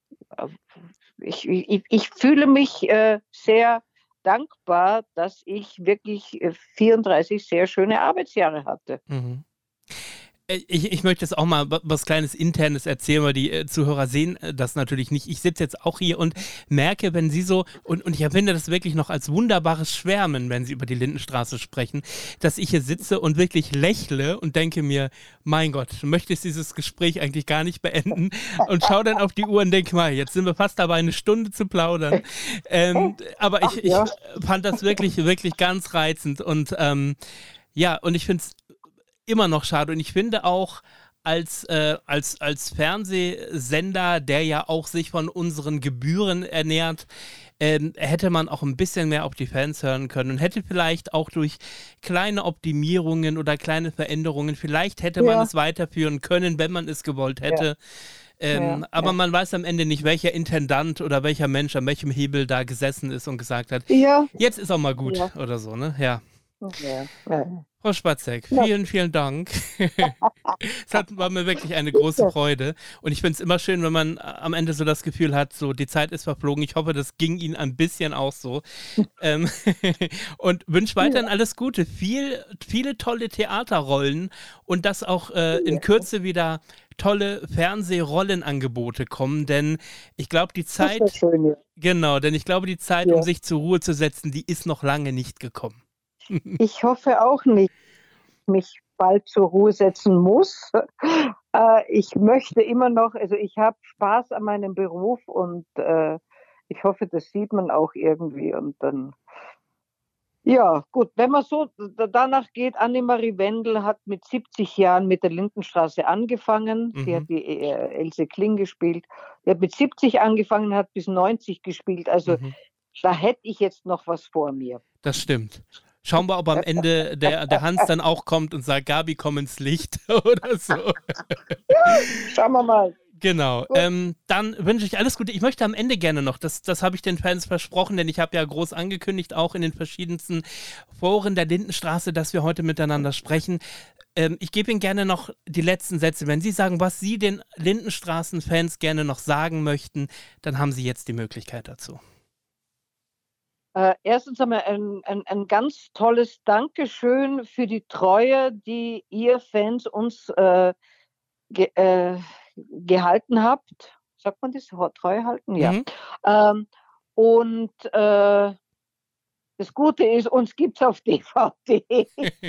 ich fühle mich sehr dankbar, dass ich wirklich 34 sehr schöne Arbeitsjahre hatte. Ich möchte jetzt auch mal was kleines Internes erzählen, weil die Zuhörer sehen das natürlich nicht. Ich sitze jetzt auch hier und merke, wenn Sie so, und ich empfinde das wirklich noch als wunderbares Schwärmen, wenn Sie über die Lindenstraße sprechen, dass ich hier sitze und wirklich lächle und denke mir, mein Gott, möchte ich dieses Gespräch eigentlich gar nicht beenden und schaue dann auf die Uhr und denke mal, jetzt sind wir fast dabei, 1 Stunde zu plaudern. Aber ich fand das wirklich, wirklich ganz reizend und ja, und ich finde es immer noch schade. Und ich finde auch, als Fernsehsender, der ja auch sich von unseren Gebühren ernährt, hätte man auch ein bisschen mehr auf die Fans hören können und hätte vielleicht auch durch kleine Optimierungen oder kleine Veränderungen, vielleicht hätte man es weiterführen können, wenn man es gewollt hätte. Aber man weiß am Ende nicht, welcher Intendant oder welcher Mensch an welchem Hebel da gesessen ist und gesagt hat, jetzt ist auch mal gut oder so, ne? Ja. Frau Spatzek, vielen Dank. War mir wirklich eine große Freude. Und ich finde es immer schön, wenn man am Ende so das Gefühl hat, so die Zeit ist verflogen. Ich hoffe, das ging Ihnen ein bisschen auch so. Und wünsche weiterhin alles Gute. Viele tolle Theaterrollen und dass auch in Kürze wieder tolle Fernsehrollenangebote kommen, denn ich glaube, die Zeit, die Zeit, um sich zur Ruhe zu setzen, die ist noch lange nicht gekommen. Ich hoffe auch nicht, dass ich mich bald zur Ruhe setzen muss. Ich möchte immer noch, also ich habe Spaß an meinem Beruf und Ich hoffe, das sieht man auch irgendwie und dann, ja, gut, wenn man so danach geht, Annemarie Wendel hat mit 70 Jahren mit der Lindenstraße angefangen. Sie hat die Else Kling gespielt. Die hat mit 70 angefangen, hat bis 90 gespielt. Also da hätte ich jetzt noch was vor mir. Das stimmt. Schauen wir, ob am Ende der Hans dann auch kommt und sagt, Gabi, komm ins Licht oder so. Schauen wir mal. Genau. Dann wünsche ich alles Gute. Ich möchte am Ende gerne noch, das habe ich den Fans versprochen, denn ich habe ja groß angekündigt, auch in den verschiedensten Foren der Lindenstraße, dass wir heute miteinander sprechen. Ich gebe Ihnen gerne noch die letzten Sätze. Wenn Sie sagen, was Sie den Lindenstraßen-Fans gerne noch sagen möchten, dann haben Sie jetzt die Möglichkeit dazu. Erstens einmal ein ganz tolles Dankeschön für die Treue, die ihr Fans uns gehalten habt. Sagt man das? Treue halten? Ja. Und das Gute ist, uns gibt es auf DVD.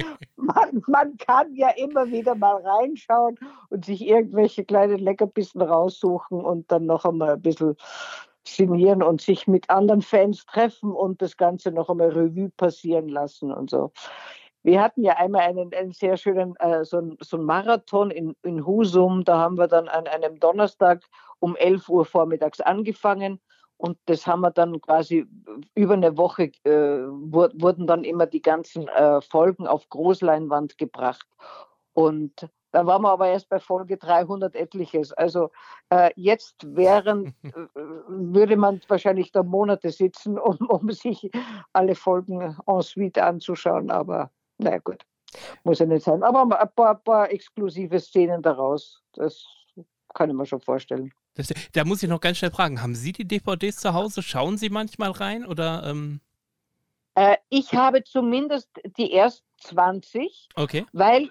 man kann ja immer wieder mal reinschauen und sich irgendwelche kleinen Leckerbissen raussuchen und dann noch einmal ein bisschen sinnieren und sich mit anderen Fans treffen und das Ganze noch einmal Revue passieren lassen und so. Wir hatten ja einmal einen sehr schönen so einen Marathon in Husum. Da haben wir dann an einem Donnerstag um 11 Uhr vormittags angefangen und das haben wir dann quasi über eine Woche, wurden dann immer die ganzen Folgen auf Großleinwand gebracht. Und da waren wir aber erst bei Folge 300 etliches. Also jetzt würde man wahrscheinlich da Monate sitzen, um sich alle Folgen en suite anzuschauen. Aber na gut, muss ja nicht sein. Aber ein paar exklusive Szenen daraus, das kann ich mir schon vorstellen. Da muss ich noch ganz schnell fragen, haben Sie die DVDs zu Hause? Schauen Sie manchmal rein? Oder, ich habe zumindest die ersten 20, okay. Weil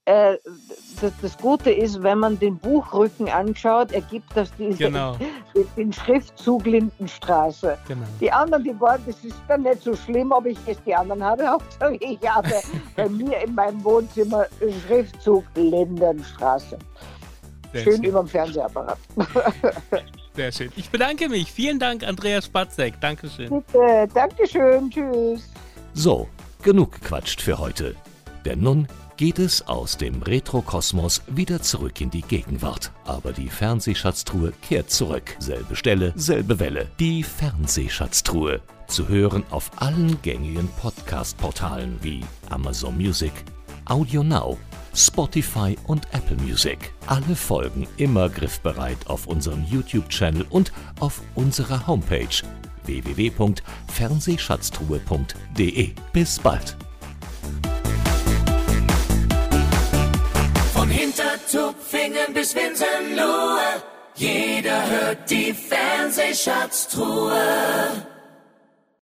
das Gute ist, wenn man den Buchrücken anschaut, ergibt das den Schriftzug Lindenstraße. Genau. Die anderen, das ist dann nicht so schlimm, ob ich jetzt die anderen habe. Hauptsache ich habe bei mir in meinem Wohnzimmer den Schriftzug Lindenstraße. Schön über dem Fernsehapparat. Sehr schön. Ich bedanke mich. Vielen Dank, Andreas Spatzek. Dankeschön. Bitte, Dankeschön. Tschüss. So, genug gequatscht für heute. Denn nun geht es aus dem Retrokosmos wieder zurück in die Gegenwart. Aber die Fernsehschatztruhe kehrt zurück. Selbe Stelle, selbe Welle. Die Fernsehschatztruhe. Zu hören auf allen gängigen Podcast-Portalen wie Amazon Music, Audio Now, Spotify und Apple Music. Alle Folgen immer griffbereit auf unserem YouTube-Channel und auf unserer Homepage www.fernsehschatztruhe.de. Bis bald. Von Hintertupfingen bis Winsenlohe, jeder hört die Fernsehschatztruhe.